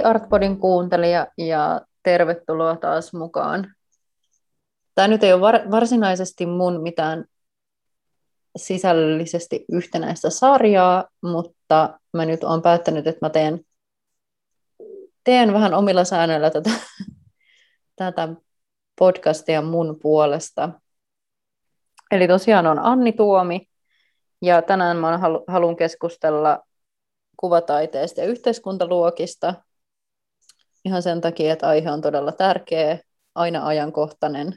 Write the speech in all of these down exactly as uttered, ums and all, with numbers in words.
Artpodin kuuntelija ja tervetuloa taas mukaan. Tämä nyt ei ole var- varsinaisesti mun mitään sisällöllisesti yhtenäistä sarjaa, mutta mä nyt olen päättänyt, että mä teen, teen vähän omilla säännöillä tätä, tätä podcastia mun puolesta. Eli tosiaan on Anni Tuomi ja tänään mä halu- haluan keskustella kuvataiteesta ja yhteiskuntaluokista. Ihan sen takia, että aihe on todella tärkeä, aina ajankohtainen.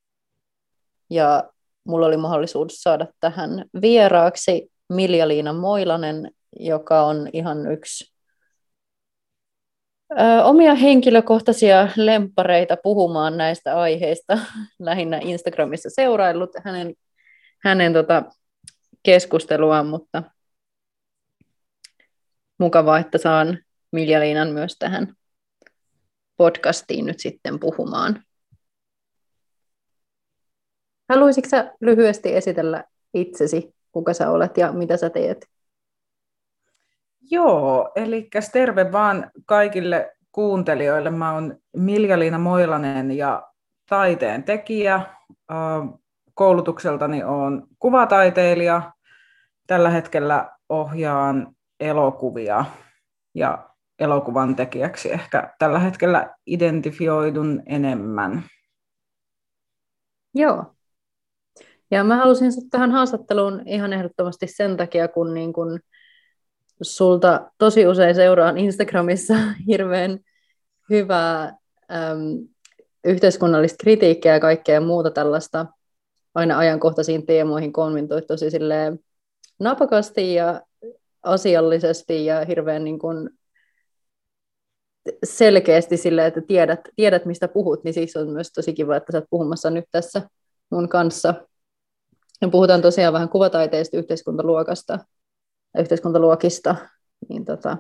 Ja mulla oli mahdollisuus saada tähän vieraaksi Milja-Liina Moilanen, joka on ihan yksi ö, omia henkilökohtaisia lemppareita puhumaan näistä aiheista. Lähinnä Instagramissa seuraillut hänen, hänen tota, keskusteluaan, mutta mukavaa, että saan Milja-Liinan myös tähän podcastiin nyt sitten puhumaan. Haluaisitko sä lyhyesti esitellä itsesi, kuka sä olet ja mitä sä teet? Joo, eli terve vaan kaikille kuuntelijoille. Mä oon Milja-Liina Moilanen ja taiteen tekijä. Koulutukseltani oon kuvataiteilija. Tällä hetkellä ohjaan elokuvia ja elokuvan tekijäksi ehkä tällä hetkellä identifioidun enemmän. Joo. Ja mä halusin sut tähän haastatteluun ihan ehdottomasti sen takia, kun, niin kun sulta tosi usein seuraan Instagramissa hirveän hyvää äm, yhteiskunnallista kritiikkiä ja kaikkea muuta tällaista. Aina ajankohtaisiin teemoihin kommentoit tosi silleen napakasti ja asiallisesti ja hirveän niin kun selkeästi silleen, että tiedät, tiedät mistä puhut, niin siksi on myös tosi kiva, että sä oot puhumassa nyt tässä mun kanssa. Ja puhutaan tosiaan vähän kuvataiteesta, yhteiskuntaluokasta, yhteiskuntaluokista. Niin tota...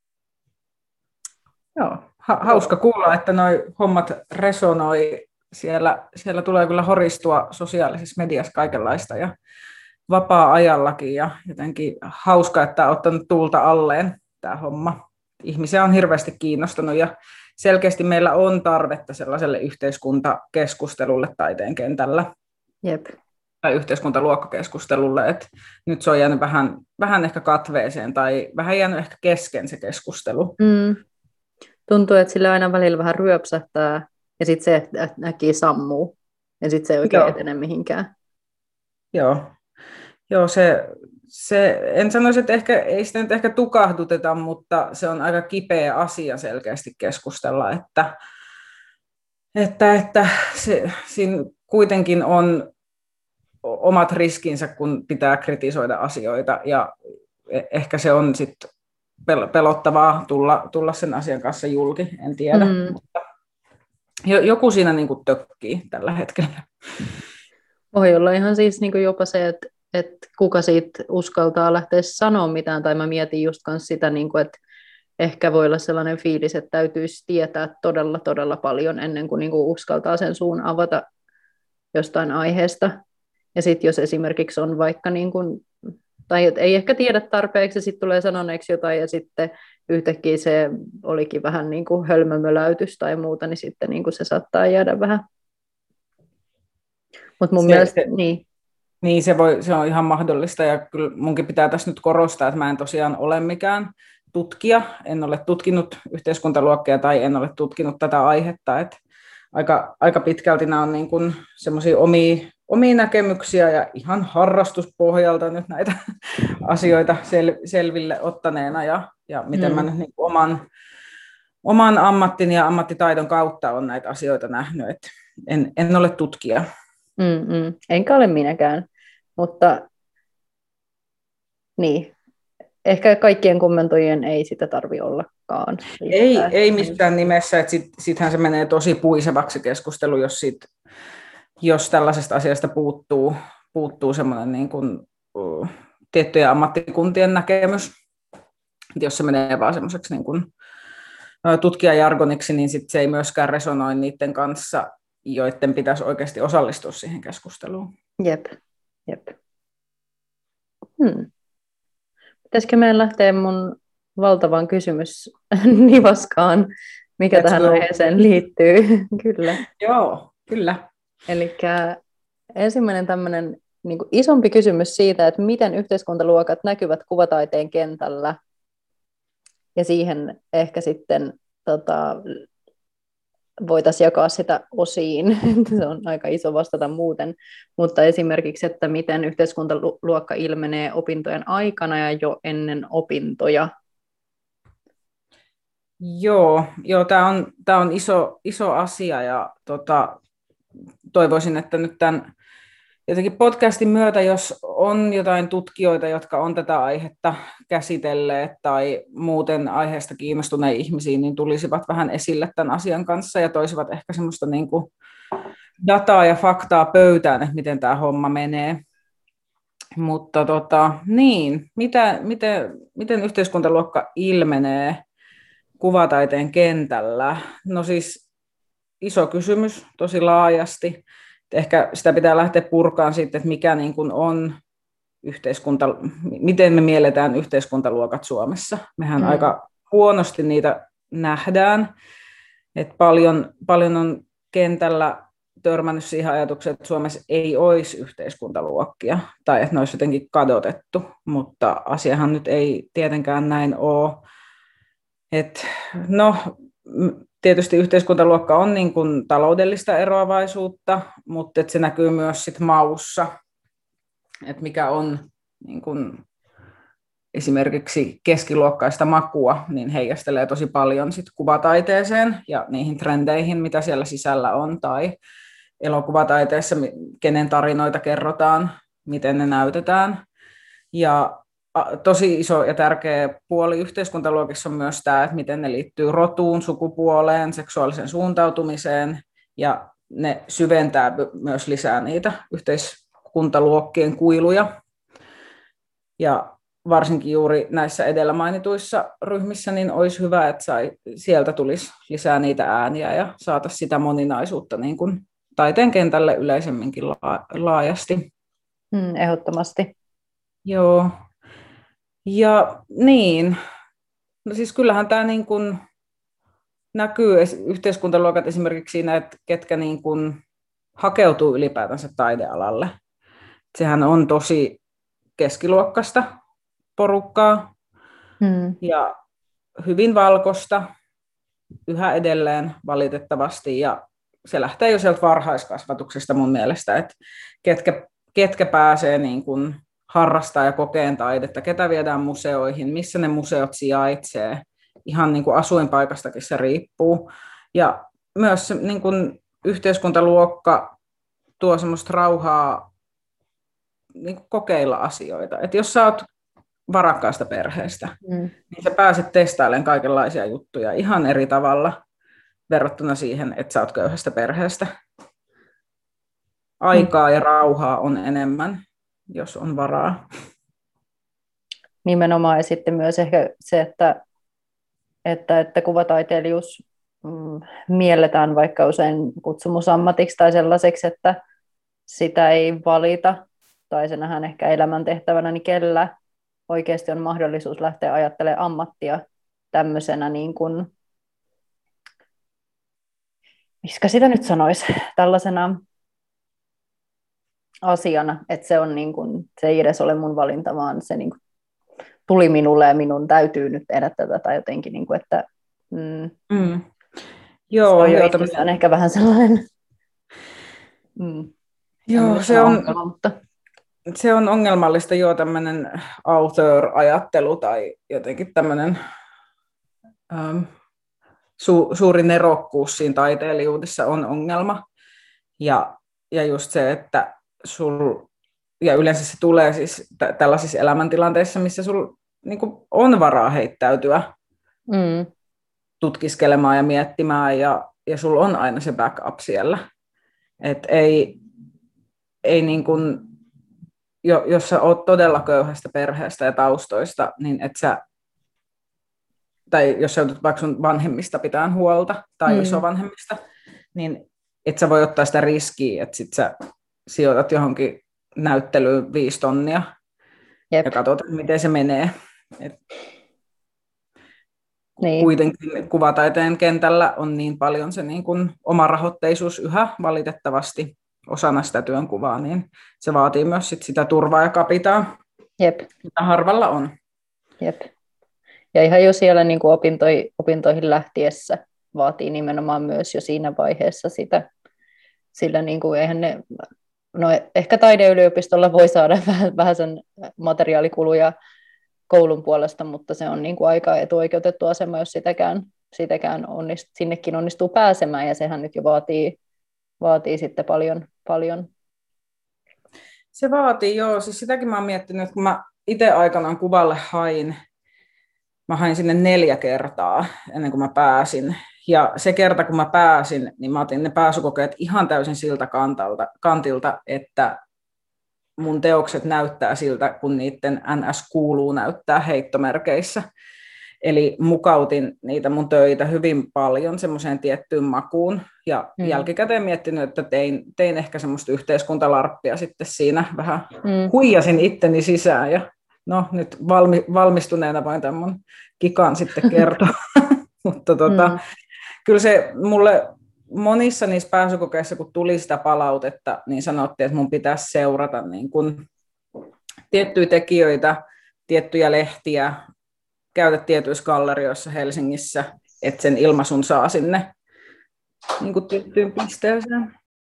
Joo, ha- hauska kuulla, että noi hommat resonoi. Siellä, siellä tulee kyllä horistua sosiaalisessa mediassa kaikenlaista ja vapaa-ajallakin. Ja jotenkin hauska, että on ottanut tuulta alleen tämä homma. Ihmisiä on hirveästi kiinnostunut ja selkeästi meillä on tarvetta sellaiselle yhteiskuntakeskustelulle taiteen kentällä. Jep. Tai yhteiskuntaluokkakeskustelulle, että nyt se on jäänyt vähän, vähän ehkä katveeseen tai vähän jäänyt ehkä kesken se keskustelu. Mm. Tuntuu, että sillä aina välillä vähän ryöpsähtää ja sitten se äkkiä sammuu ja sitten se ei oikein Joo. etene mihinkään. Joo, Joo se, se, en sanoisi, että ehkä, ei sitä nyt ehkä tukahduteta, mutta se on aika kipeä asia selkeästi keskustella, että, että, että se, siinä kuitenkin on omat riskinsä, kun pitää kritisoida asioita, ja ehkä se on sitten pelottavaa tulla, tulla sen asian kanssa julki, en tiedä. Mm. Mutta joku siinä niin kuin tökkii tällä hetkellä. Voi olla ihan siis niin kuin jopa se, että, että kuka siitä uskaltaa lähteä sanoa mitään, tai mä mietin just sitä, niin kuin, että ehkä voi olla sellainen fiilis, että täytyisi tietää todella, todella paljon ennen kuin, niin kuin uskaltaa sen suun avata jostain aiheesta. Ja sitten jos esimerkiksi on vaikka, niin kun, tai ei ehkä tiedä tarpeeksi, sitten tulee sanoneeksi jotain, ja sitten yhtäkkiä se olikin vähän niin kuin hölmömöläytys tai muuta, niin sitten niin kuin se saattaa jäädä vähän. Mutta mun se, mielestä, se, niin. Niin, se, voi, se on ihan mahdollista, ja kyllä munkin pitää tässä nyt korostaa, että mä en tosiaan ole mikään tutkija, en ole tutkinut yhteiskuntaluokkia tai en ole tutkinut tätä aihetta, että aika, aika pitkälti nämä on niin kuin semmoisia omia omia näkemyksiä ja ihan harrastuspohjalta nyt näitä asioita sel, selville ottaneena ja, ja miten mm. mä nyt niin oman, oman ammattin ja ammattitaidon kautta on näitä asioita nähnyt, että en, en ole tutkija. Mm-mm. Enkä ole minäkään, mutta niin, ehkä kaikkien kommentoijien ei sitä tarvitse ollakaan. Ei, ei missään nimessä, että sit, sittenhän se menee tosi puisevaksi keskustelu, jos sit jos tällaisesta asiasta puuttuu, puuttuu semmoinen niin kuin, uh, tiettyjen ammattikuntien näkemys, jos se menee vaan semmoiseksi niin kuin, uh, tutkijajargoniksi, niin sit se ei myöskään resonoi niiden kanssa, joiden pitäisi oikeasti osallistua siihen keskusteluun. Jep, jep. Hmm. Pitäisikö meidän lähteä mun valtavan kysymys nivaskaan, mikä Let's tähän go. aiheeseen liittyy. Kyllä. Joo, kyllä. Eli ensimmäinen tämmöinen niin kuin isompi kysymys siitä, että miten yhteiskuntaluokat näkyvät kuvataiteen kentällä, ja siihen ehkä sitten tota, voitaisiin jakaa sitä osiin. Se on aika iso vastata muuten, mutta esimerkiksi, että miten yhteiskuntaluokka ilmenee opintojen aikana ja jo ennen opintoja. Joo, joo tämä on, tää on iso, iso asia ja tota, toivoisin, että nyt tämän jotenkin podcastin myötä, jos on jotain tutkijoita, jotka on tätä aihetta käsitelleet tai muuten aiheesta kiinnostuneita ihmisiä, niin tulisivat vähän esille tämän asian kanssa ja toisivat ehkä semmoista niin kuin dataa ja faktaa pöytään, että miten tämä homma menee. Mutta tota, niin, mitä, miten, miten yhteiskuntaluokka ilmenee kuvataiteen kentällä? No siis iso kysymys tosi laajasti. Ehkä sitä pitää lähteä purkaan siitä, että mikä niin kuin on yhteiskunta, miten me mielletään yhteiskuntaluokat Suomessa. Mehän mm. aika huonosti niitä nähdään. Et paljon, paljon on kentällä törmännyt siihen ajatukseen, että Suomessa ei olisi yhteiskuntaluokkia tai että ne olisi jotenkin kadotettu, mutta asiahan nyt ei tietenkään näin ole. Et, no, tietysti yhteiskuntaluokka on niin kuin taloudellista eroavaisuutta, mutta et se näkyy myös sit maussa, että mikä on niin kuin esimerkiksi keskiluokkaista makua, niin heijastelee tosi paljon sit kuvataiteeseen ja niihin trendeihin, mitä siellä sisällä on, tai elokuvataiteessa, kenen tarinoita kerrotaan, miten ne näytetään. Ja tosi iso ja tärkeä puoli yhteiskuntaluokissa on myös tämä, että miten ne liittyy rotuun, sukupuoleen, seksuaaliseen suuntautumiseen, ja ne syventää myös lisää niitä yhteiskuntaluokkien kuiluja. Ja varsinkin juuri näissä edellä mainituissa ryhmissä, niin olisi hyvä, että sai, sieltä tulisi lisää niitä ääniä ja saataisiin sitä moninaisuutta niin kuin taiteen kentälle yleisemminkin laajasti. Mm, ehdottomasti. Joo. Ja niin, no siis kyllähän tämä niin kuin näkyy yhteiskuntaluokat esimerkiksi siinä, että ketkä niin kuin hakeutuu ylipäätänsä taidealalle. Sehän on tosi keskiluokkaista porukkaa hmm. ja hyvin valkoista yhä edelleen valitettavasti, ja se lähtee jo sieltä varhaiskasvatuksesta mun mielestä, että ketkä, ketkä pääsee niin kuin harrastaa ja kokeen taidetta, ketä viedään museoihin, missä ne museot sijaitsee, ihan niin kuin asuinpaikastakin se riippuu. Ja myös niin kuin yhteiskuntaluokka tuo semmoista rauhaa niin kuin kokeilla asioita. Et jos sä oot varakkaasta perheestä, mm. niin sä pääset testailemaan kaikenlaisia juttuja ihan eri tavalla verrattuna siihen, että sä oot köyhästä perheestä. Aikaa mm. ja rauhaa on enemmän, jos on varaa. Nimenomaan, ja sitten myös ehkä se, että, että, että kuvataiteilijuus mm, mielletään vaikka usein kutsumusammatiksi tai sellaiseksi, että sitä ei valita, tai se nähdään ehkä elämäntehtävänä, niin kellä oikeasti on mahdollisuus lähteä ajattelemaan ammattia tämmöisenä, niin kuin, miskä sitä nyt sanoisi, tällaisena asiana, että se, on niin kuin, se ei edes ole mun valinta, vaan se niin kuin tuli minulle ja minun täytyy nyt tehdä tätä, tai jotenkin, niin kuin, että mm, mm. Joo, se on jo joo, itsessään tämmöinen ehkä vähän sellainen mm, joo, se on, ongelma, mutta se on ongelmallista jo tämmöinen author-ajattelu tai jotenkin tämmöinen ähm, su, suuri nerokkuus siinä taiteilijuudessa on ongelma. Ja, ja just se, että sul, ja yleensä se tulee siis t- tällaisissa elämäntilanteissa, missä sul niin kuin on varaa heittäytyä mm. tutkiskelemaan ja miettimään, ja, ja sul on aina se backup siellä. Et ei, ei niin kuin, jos sä oot todella köyhästä perheestä ja taustoista, niin et sä, tai jos sä joudut vaikka sun vanhemmista pitää huolta, tai mm. isovanhemmista, niin et sä voi ottaa sitä riskiä, että sit sä sijoitat johonkin näyttelyyn viisi tonnia, Jep. ja katsot, miten se menee. Et, Niin. Kuitenkin kuvataiteen kentällä on niin paljon se niin kuin omarahoitteisuus yhä valitettavasti osana sitä työnkuvaa, niin se vaatii myös sit sitä turvaa ja kapitaa, Jep. mitä harvalla on. Jep. Ja ihan jo siellä niin kuin opintoi, opintoihin lähtiessä vaatii nimenomaan myös jo siinä vaiheessa sitä, sillä niin kuin eihän ne, no ehkä taideyliopistolla voi saada vähän, vähän sen materiaalikuluja koulun puolesta, mutta se on niin kuin aika etuoikeutettu asema, jos sitäkään, sitäkään onnist, sinnekin onnistuu pääsemään, ja sehän nyt jo vaatii, vaatii sitten paljon, paljon. Se vaatii, joo. Siis sitäkin mä oon miettinyt, että kun mä itse aikanaan kuvalle hain, mä hain sinne neljä kertaa ennen kuin mä pääsin. Ja se kerta, kun mä pääsin, niin mä otin ne pääsykokeet ihan täysin siltä kantalta, kantilta, että mun teokset näyttää siltä, kun niiden N S kuuluu näyttää heittomerkeissä. Eli mukautin niitä mun töitä hyvin paljon semmoiseen tiettyyn makuun. Ja mm. jälkikäteen miettinyt, että tein, tein ehkä semmoista yhteiskuntalarppia sitten siinä. Vähän mm. huijasin itteni sisään. Ja no nyt valmi, valmistuneena vain tämän mun kikan sitten kertoa. Mutta tota, mm. kyllä se mulle monissa niissä pääsykokeissa, kun tuli sitä palautetta, niin sanottiin, että mun pitäisi seurata niin kun tiettyjä tekijöitä, tiettyjä lehtiä, käydä tietyissä gallerioissa Helsingissä, että sen ilmaisun saa sinne niin kuin tiettyyn pisteeseen.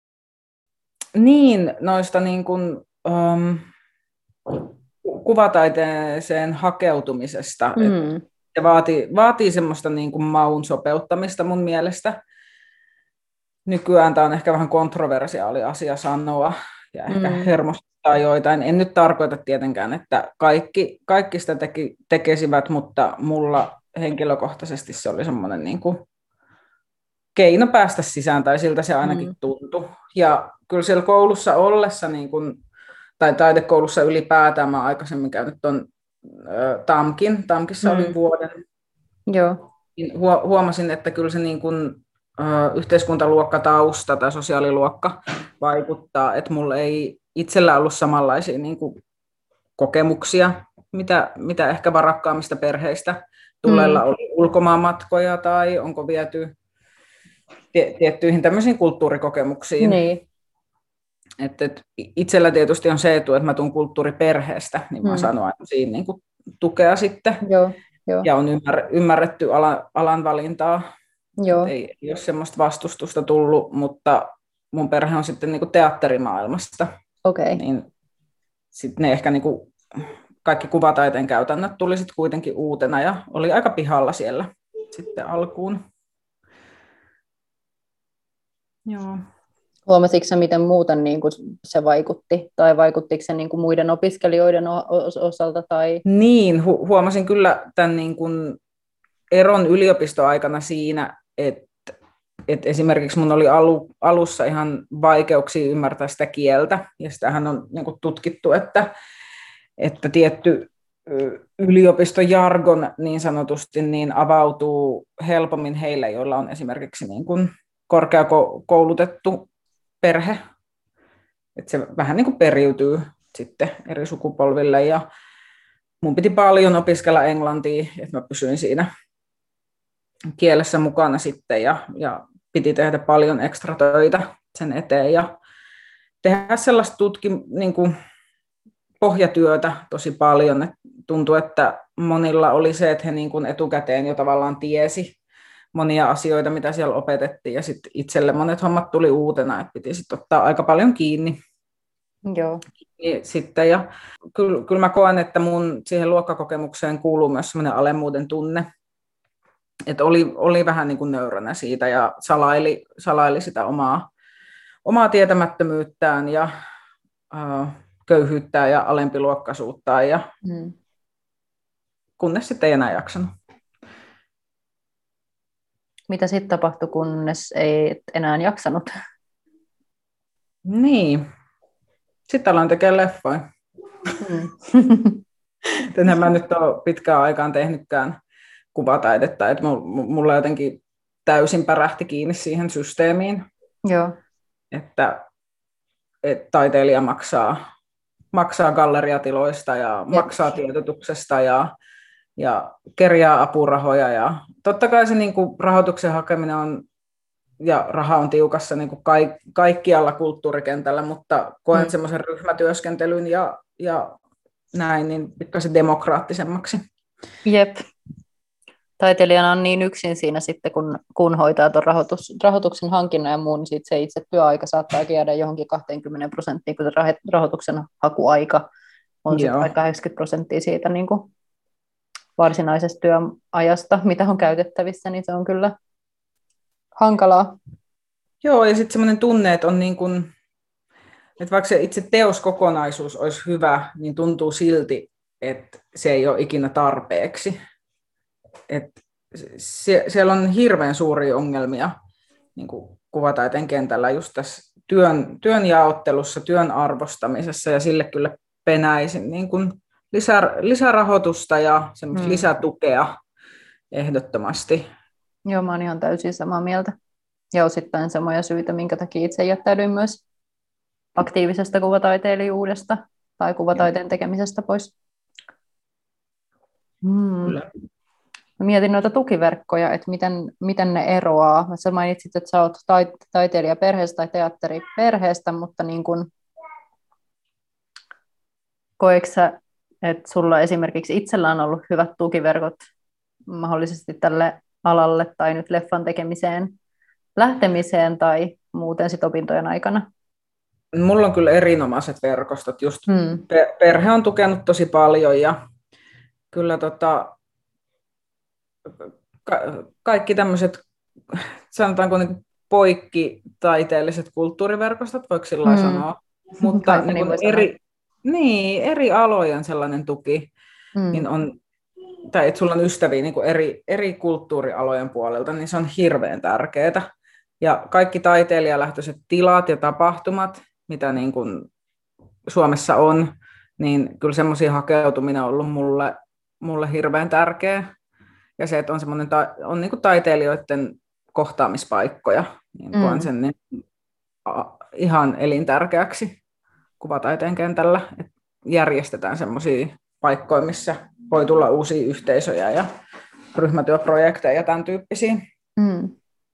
Niin, noista niin kuin, um, kuvataiteeseen hakeutumisesta. Mm. Se vaatii, vaatii semmoista niin kuin maun sopeuttamista mun mielestä. Nykyään tämä on ehkä vähän kontroversiaali asia sanoa ja ehkä mm. hermostuttaa joitain. En nyt tarkoita tietenkään, että kaikki, kaikki sitä teki, tekisivät, mutta mulla henkilökohtaisesti se oli semmoinen niin kuin keino päästä sisään, tai siltä se ainakin mm. tuntui. Ja kyllä siellä koulussa ollessa, niin kuin, tai taidekoulussa ylipäätään, mä aikaisemmin käynyt tuon äh, Tamkin, Tamkissa mm. olin vuoden, Joo. Niin huomasin, että kyllä se niin kuin yhteiskuntaluokkatausta tai sosiaaliluokka vaikuttaa, että mulla ei itsellä ollut samanlaisia niin kuin kokemuksia, mitä, mitä ehkä varakkaammista perheistä tulleilla mm. oli ulkomaanmatkoja tai onko viety tiettyihin tämmöisiin kulttuurikokemuksiin. Niin. Et, et itsellä tietysti on se etu, että mä tuun kulttuuriperheestä, niin mä mm. saan aina siinä niin kuin tukea sitten. Joo, jo. Ja on ymmär, ymmärretty alan, alan valintaa. Joo. Ei, ei ole semmoista vastustusta tullut, mutta mun perhe on sitten niin kuin teatterimaailmasta. Okay. Niin sitten ne ehkä niin kuin kaikki kuvataiteen käytännöt tuli sitten kuitenkin uutena ja oli aika pihalla siellä sitten alkuun. Joo. Huomasitko sä, miten muuten niin kuin se vaikutti? Tai vaikuttiko se niin kuin muiden opiskelijoiden osalta? Tai... Niin, hu- huomasin kyllä tämän niin kuin eron yliopistoaikana siinä, että et esimerkiksi mun oli alu, alussa ihan vaikeuksia ymmärtää sitä kieltä, ja sitähän on niin kuin tutkittu, että, että tietty yliopistojargon niin sanotusti niin avautuu helpommin heille, joilla on esimerkiksi niin kuin korkeakoulutettu perhe, että se vähän niin kuin periytyy sitten eri sukupolville, ja mun piti paljon opiskella englantia, että mä pysyin siinä kielessä mukana sitten, ja, ja piti tehdä paljon ekstra töitä sen eteen, ja tehdä sellaista tutki, niin kuin pohjatyötä tosi paljon. Et tuntui, että monilla oli se, että he niin kuin etukäteen jo tavallaan tiesi monia asioita, mitä siellä opetettiin, ja sitten itselle monet hommat tuli uutena, että piti sitten ottaa aika paljon kiinni. Joo. Sitten, ja kyllä, kyllä mä koen, että mun siihen luokkakokemukseen kuuluu myös semmoinen alemmuuden tunne, että oli, oli vähän niin kuin nöyränä siitä ja salaili, salaili sitä omaa, omaa tietämättömyyttään ja äh, köyhyyttään ja alempiluokkaisuuttaan, ja mm. kunnes sitten ei enää jaksanut. Mitä sitten tapahtui, kunnes ei enää jaksanut? Niin. Sitten aloin tekemään leffoja. Mm. Enhän mä nyt ole pitkään aikaan tehnytkään kuvataidetta, että mulla jotenkin täysin pärähti kiinni siihen systeemiin. Joo. Että, että taiteilija maksaa, maksaa galleriatiloista ja Jep. maksaa tiedotuksesta ja ja kerjää apurahoja. Ja totta kai se niin kuin rahoituksen hakeminen on, ja raha on tiukassa niin kuin kaikkialla kulttuurikentällä, mutta koen mm. semmoisen ryhmätyöskentelyn ja, ja näin niin pikkasen demokraattisemmaksi. Jep. Taiteilijana on niin yksin siinä sitten, kun, kun hoitaa tuon rahoitus, rahoituksen hankinnan ja muun, niin sit se itse työaika saattaa jäädä johonkin kaksikymmentä prosenttia, kun se rahoituksen hakuaika on sitten vaikka kahdeksankymmentä prosenttia siitä niin kuin varsinaisesta työajasta, mitä on käytettävissä, niin se on kyllä hankalaa. Joo, ja sitten semmoinen tunne, että on niin kuin, että vaikka se itse teoskokonaisuus olisi hyvä, niin tuntuu silti, että se ei ole ikinä tarpeeksi. Että se, siellä on hirveän suuria ongelmia niin kuin kuvataiteen kentällä just tässä työn, työn jaottelussa, työn arvostamisessa, ja sille kyllä penäisin niin kuin lisä, lisärahoitusta ja semmoista hmm. lisätukea ehdottomasti. Joo, mä oon ihan täysin samaa mieltä. Ja osittain samoja syitä, minkä takia itse jättäydyin myös aktiivisesta kuvataiteilijuudesta tai kuvataiteen tekemisestä pois. Hmm. Mä mietin noita tukiverkkoja, että miten, miten ne eroaa. Sä mainitsit, että sä oot taiteilijaperheestä tai teatteriperheestä, mutta niin kun, koetko sä, että sulla esimerkiksi itsellä on ollut hyvät tukiverkot mahdollisesti tälle alalle tai nyt leffan tekemiseen lähtemiseen tai muuten sit opintojen aikana? Mulla on kyllä erinomaiset verkostot. Just hmm. perhe on tukenut tosi paljon ja kyllä tota, ka- kaikki tämmöiset, sanotaanko niin poikkitaiteelliset kulttuuriverkostot, voiko sillä hmm. sanoa, mutta niin niin eri, niin, eri alojen sellainen tuki, hmm. niin on, tai että sulla on ystäviä niin kuin eri, eri kulttuurialojen puolelta, niin se on hirveän tärkeää. Ja kaikki taiteilijalähtöiset tilat ja tapahtumat, mitä niin kuin Suomessa on, niin kyllä semmoisia hakeutuminen on ollut mulle, mulle hirveän tärkeä. Ja se, että on, semmoinen ta- on niin kuin taiteilijoiden kohtaamispaikkoja, niin mm. koen sen niin, a, ihan elintärkeäksi kuvataiteen kentällä. Että järjestetään semmoisia paikkoja, missä voi tulla uusia yhteisöjä ja ryhmätyöprojekteja ja tämän tyyppisiä. Mm.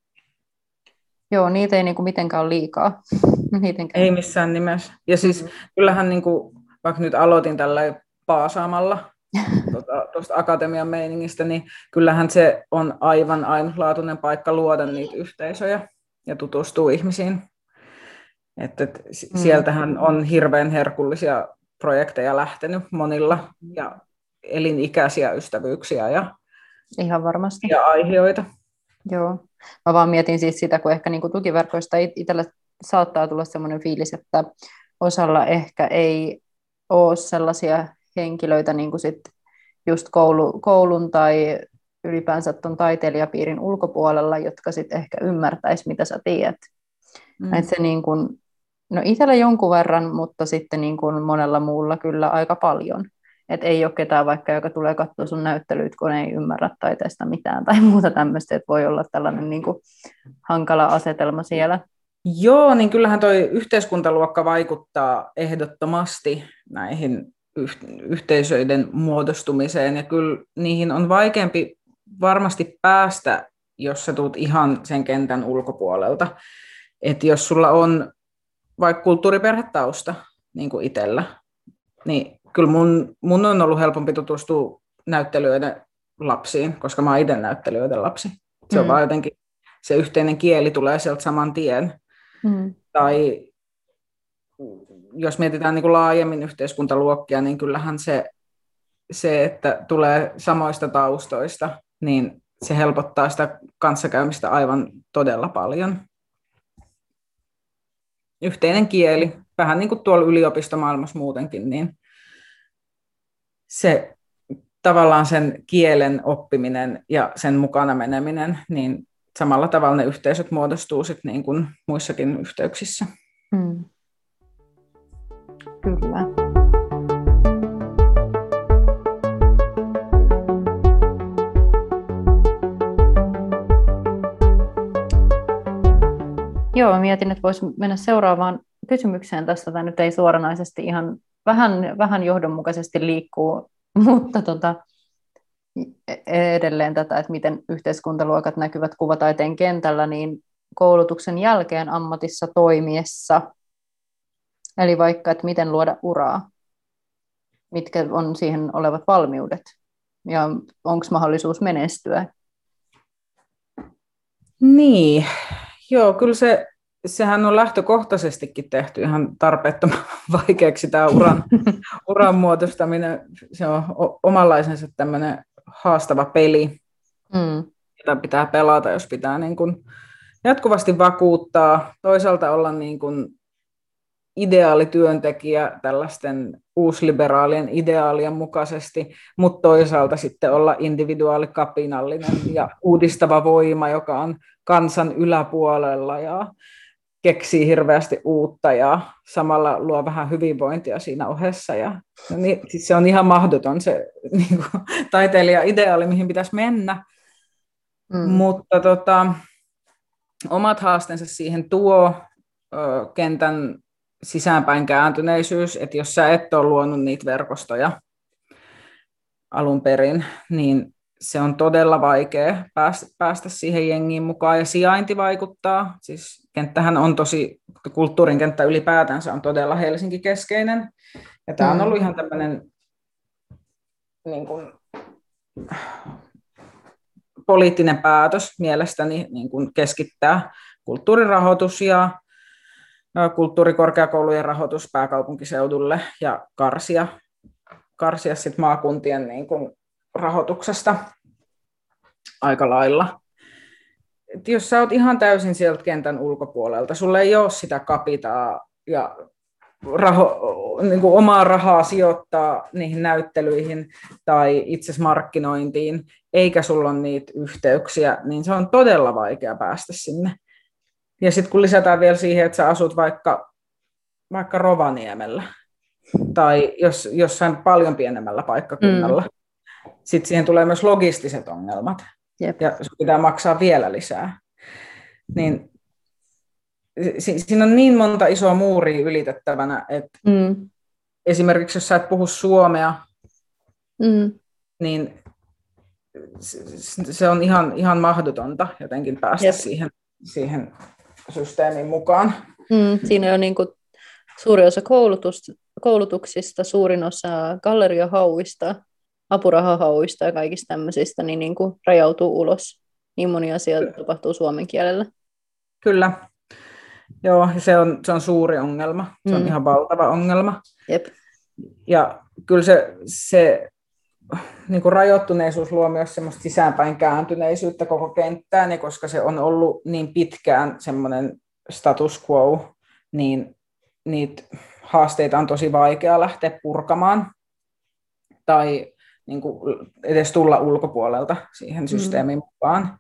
Joo, niitä ei niinku mitenkään ole liikaa. Ei missään nimessä. Ja siis mm-hmm. kyllähän, niinku, vaikka nyt aloitin tällä paasaamalla tuosta tuota, akatemian meiningistä, niin kyllähän se on aivan ainutlaatuinen paikka luoda niitä yhteisöjä ja tutustua ihmisiin. Et, et, mm-hmm. Sieltähän on hirveän herkullisia projekteja lähtenyt monilla ja elinikäisiä ystävyyksiä ja, ihan varmasti. ja aiheita. Joo. Mä vaan mietin siis sitä, kun ehkä niinku tukiverkoista itsellä saattaa tulla sellainen fiilis, että osalla ehkä ei ole sellaisia henkilöitä niin kuin sit just koulu, koulun tai ylipäänsä tuon taiteilijapiirin ulkopuolella, jotka sitten ehkä ymmärtäisi, mitä sä tiedät. Mm. Et se niin kuin, no itsellä jonkun verran, mutta sitten niin kuin monella muulla kyllä aika paljon. Että ei ole ketään vaikka, joka tulee katsoa sun näyttelyt, kun ei ymmärrä taiteesta mitään tai muuta tämmöistä, että voi olla tällainen niin kuin hankala asetelma siellä. Joo, niin kyllähän toi yhteiskuntaluokka vaikuttaa ehdottomasti näihin yhteisöiden muodostumiseen, ja kyllä niihin on vaikeampi varmasti päästä, jos sä tuut ihan sen kentän ulkopuolelta. Että jos sulla on vaikka kulttuuriperhetausta, niin kuin itsellä, niin kyllä mun, mun on ollut helpompi tutustua näyttelijöiden lapsiin, koska mä oon itse näyttelijöiden lapsi. Se on mm. vaan jotenkin, se yhteinen kieli tulee sieltä saman tien. Mm. Tai jos mietitään niin kuin laajemmin yhteiskuntaluokkia, niin kyllähän se, se, että tulee samoista taustoista, niin se helpottaa sitä kanssakäymistä aivan todella paljon. Yhteinen kieli, vähän niin kuin tuolla yliopistomaailmassa muutenkin, niin se tavallaan sen kielen oppiminen ja sen mukana meneminen, niin samalla tavalla ne yhteisöt muodostuu sit niin kuin muissakin yhteyksissä. Hmm. Kyllä. Joo, mietin, että voisi mennä seuraavaan kysymykseen tästä. Tämä nyt ei suoranaisesti ihan vähän, vähän johdonmukaisesti liikkuu, mutta tota, edelleen tätä, että miten yhteiskuntaluokat näkyvät kuvataiteen kentällä, niin koulutuksen jälkeen ammatissa toimiessa, eli vaikka, että miten luoda uraa, mitkä on siihen olevat valmiudet ja onko mahdollisuus menestyä. Niin, joo, kyllä se, sehän on lähtökohtaisestikin tehty ihan tarpeettoman vaikeaksi tämä uran, uran muodostaminen. Se on omanlaisensa tämmöinen haastava peli, mm. jota pitää pelata, jos pitää niin kuin jatkuvasti vakuuttaa, toisaalta olla niin kuin ideaalityöntekijä tällaisten uusliberaalien ideaalien mukaisesti, mutta toisaalta sitten olla individuaalikapinallinen ja uudistava voima, joka on kansan yläpuolella ja keksii hirveästi uutta ja samalla luo vähän hyvinvointia siinä ohessa. Ja, no niin, siis se on ihan mahdoton se niin kuin, taiteilija-ideaali, mihin pitäisi mennä, mm. mutta tota, omat haasteensa siihen tuo ö, kentän sisäänpäin kääntyneisyys, että jos sä et ole luonut niitä verkostoja alun perin, niin se on todella vaikea päästä, päästä siihen jengiin mukaan, ja sijainti vaikuttaa. Siis kenttähän on tosi, kulttuurin kenttä ylipäätänsä on todella Helsinki-keskeinen, ja tämä on ollut ihan tämmöinen niin kuin, poliittinen päätös mielestäni niin kuin keskittää kulttuurirahoitus ja kulttuurikorkeakoulujen rahoitus pääkaupunkiseudulle ja karsia, karsia sit maakuntien niin kuin rahoituksesta aika lailla. Et jos sä oot ihan täysin sieltä kentän ulkopuolelta, sulla ei ole sitä kapitaa ja raho, niin kuin omaa rahaa sijoittaa niihin näyttelyihin tai itse markkinointiin, eikä sulla ole niitä yhteyksiä, niin se on todella vaikea päästä sinne. Ja sitten kun lisätään vielä siihen, että sä asut vaikka, vaikka Rovaniemellä tai jos, jossain paljon pienemmällä paikkakunnalla, mm. sitten siihen tulee myös logistiset ongelmat. Jep. Ja sun pitää maksaa vielä lisää. Niin si- siinä on niin monta isoa muuria ylitettävänä, että mm. esimerkiksi jos sä et puhu suomea, mm. niin se on ihan, ihan mahdotonta jotenkin päästä Jep. siihen, siihen systeemin mukaan. Mm, siinä on niin kuin suuri osa koulutuksista, suurin osa galleriahauista, apurahahauista ja kaikista tämmöisistä niin, niin kuin rajautuu ulos. Niin moni asia tapahtuu suomen kielellä. Kyllä. Joo, se on, se on suuri ongelma. Se on mm. ihan valtava ongelma. Jep. Ja kyllä se, se niin kuin rajoittuneisuus luo myös semmoista sisäänpäin kääntyneisyyttä koko kenttään, ja koska se on ollut niin pitkään semmoinen status quo, niin niitä haasteita on tosi vaikea lähteä purkamaan tai niin kuin edes tulla ulkopuolelta siihen systeemiin mm. mukaan.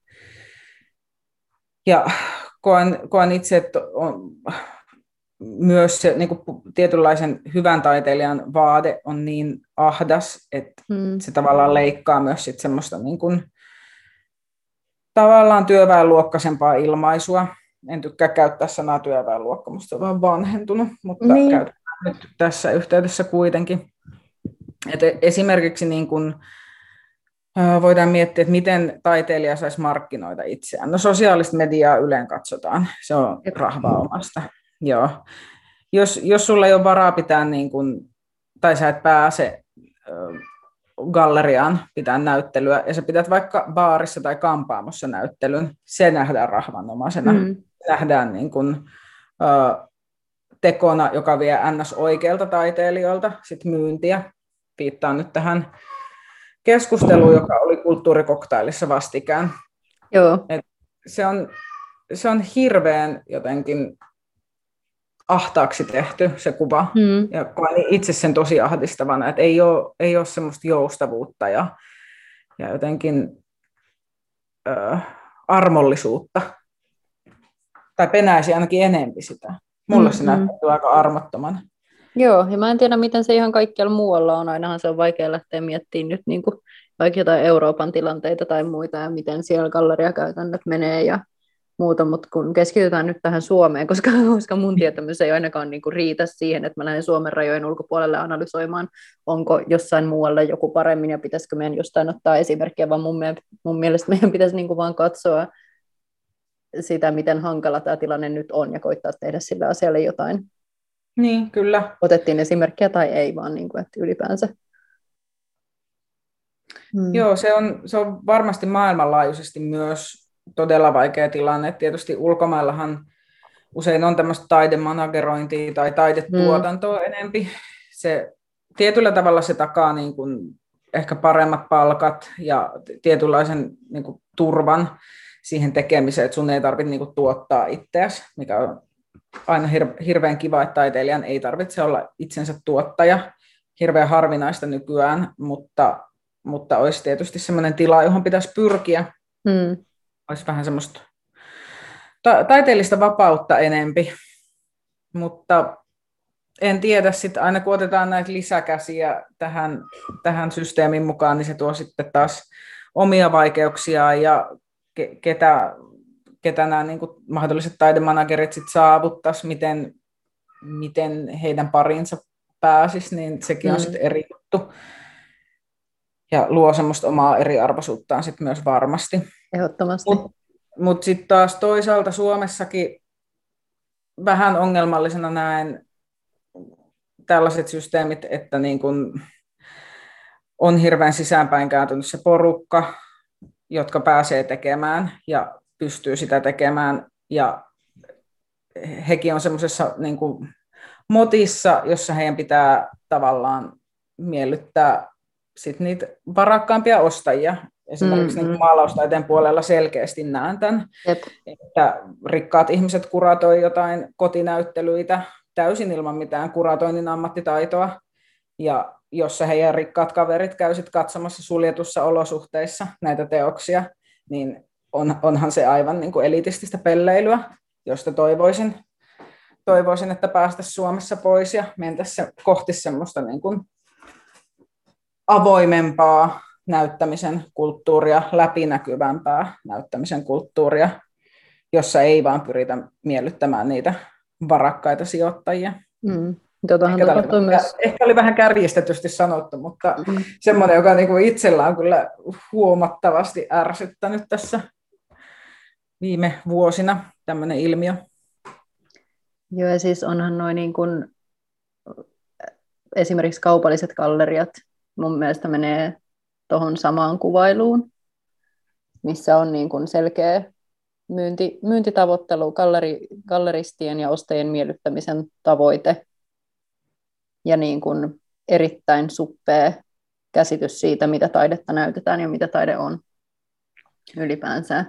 Ja koen, koen itse, että on myös se niin kuin tietynlaisen hyvän taiteilijan vaade on niin ahdas, että mm. se tavallaan leikkaa myös sit semmoista niin kuin, tavallaan työväenluokkaisempaa ilmaisua. En tykkää käyttää sanaa työväenluokka, musta se on vähän vanhentunut, mutta niin. Käytetään nyt tässä yhteydessä kuitenkin. Et esimerkiksi niin kun, voidaan miettiä, että miten taiteilija saisi markkinoida itseään. No sosiaalista mediaa yleen katsotaan, se on rahvaa omasta. Joo. Jos, jos sulla ei ole varaa pitää, niin kun, tai sä et pääse galleriaan pitää näyttelyä, ja sä pidät vaikka baarissa tai kampaamossa näyttelyn, se nähdään rahvanomaisena. Mm. Nähdään niin kun, ö, tekona, joka vie ns. Oikeilta taiteilijoilta sit myyntiä. Viittaan nyt tähän keskusteluun, joka oli kulttuurikoktailissa vastikään. Joo. Et se, on, se on hirveän jotenkin ahtaaksi tehty se kuva, mm. ja koen itse sen tosi ahdistavana, että ei ole, ei ole semmoista joustavuutta ja, ja jotenkin ö, armollisuutta. Tai penäisi ainakin enempi sitä. Mulle mm-hmm. se näyttää aika armottoman. Joo, ja mä en tiedä, miten se ihan kaikkialla muualla on. Ainahan se on vaikea lähteä miettimään nyt niin kuin vaikka jotain Euroopan tilanteita tai muita, ja miten siellä galleriakäytännöt menee, ja muuta, mutta kun keskitytään nyt tähän Suomeen, koska, koska mun tietämys ei ainakaan niin kuin riitä siihen, että mä lähden Suomen rajojen ulkopuolelle analysoimaan, onko jossain muualla joku paremmin ja pitäisikö meidän jostain ottaa esimerkkiä, vaan mun, mielestä, mun mielestä meidän pitäisi niin kuin vaan katsoa sitä, miten hankala tämä tilanne nyt on ja koittaa tehdä sillä asialle jotain. Niin, kyllä. Otettiin esimerkkiä tai ei, vaan niin kuin, että ylipäänsä. Hmm. Joo, se on, se on varmasti maailmanlaajuisesti myös todella vaikea tilanne. Tietysti ulkomaillahan usein on tämmöistä taidemanagerointia tai taidetuotantoa hmm. enempi. Se, tietyllä tavalla se takaa niin kuin ehkä paremmat palkat ja tietynlaisen niin kuin turvan siihen tekemiseen, että sun ei tarvitse niin kuin tuottaa itseäsi, mikä on aina hir- hirveän kiva, että taiteilijan ei tarvitse olla itsensä tuottaja. Hirveän harvinaista nykyään, mutta, mutta olisi tietysti sellainen tila, johon pitäisi pyrkiä. Hmm. Olisi vähän semmoista ta- taiteellista vapautta enempi, mutta en tiedä, sitten aina kun otetaan näitä lisäkäsiä tähän, tähän systeemin mukaan, niin se tuo sitten taas omia vaikeuksia ja ke- ketä, ketä nämä niin kuin mahdolliset taidemanagerit sitten saavuttaisi, miten, miten heidän parinsa pääsisi, niin sekin on mm. sitten eri juttu. Ja luo semmoista omaa eriarvoisuuttaan sitten myös varmasti. Ehdottomasti. Mutta mut sitten taas toisaalta Suomessakin vähän ongelmallisena näen tällaiset systeemit, että niin kun on hirveän sisäänpäin kääntynyt se porukka, jotka pääsee tekemään ja pystyy sitä tekemään. Ja hekin on semmoisessa niin kun motissa, jossa heidän pitää tavallaan miellyttää sit niitä varakkaampia ostajia. Esimerkiksi mm-hmm. niin maalaustaiteen puolella selkeästi näen tämän, Jep. että rikkaat ihmiset kuratoi jotain kotinäyttelyitä täysin ilman mitään kuratoinnin ammattitaitoa, ja jossa heidän rikkaat kaverit käy sit katsomassa suljetussa olosuhteissa näitä teoksia, niin on, onhan se aivan niin kuin elitististä pelleilyä, josta toivoisin, toivoisin, että päästäisiin Suomessa pois ja mentäisiin kohti semmoista niin kuin avoimempaa näyttämisen kulttuuria, läpinäkyvämpää näyttämisen kulttuuria, jossa ei vaan pyritä miellyttämään niitä varakkaita sijoittajia. Mm. Ehkä, oli vähän, myös... ehkä oli vähän kärjistetysti sanottu, mutta mm. semmoinen, joka niinku itsellä on kyllä huomattavasti ärsyttänyt tässä viime vuosina, tämmöinen ilmiö. Joo, ja siis onhan noin niin kuin esimerkiksi kaupalliset galleriat mun mielestä menee tuohon samaan kuvailuun, missä on niin kuin selkeä myynti, myyntitavoittelu, galleri, galleristien ja ostajien miellyttämisen tavoite ja niin kuin erittäin suppea käsitys siitä, mitä taidetta näytetään ja mitä taide on ylipäänsä.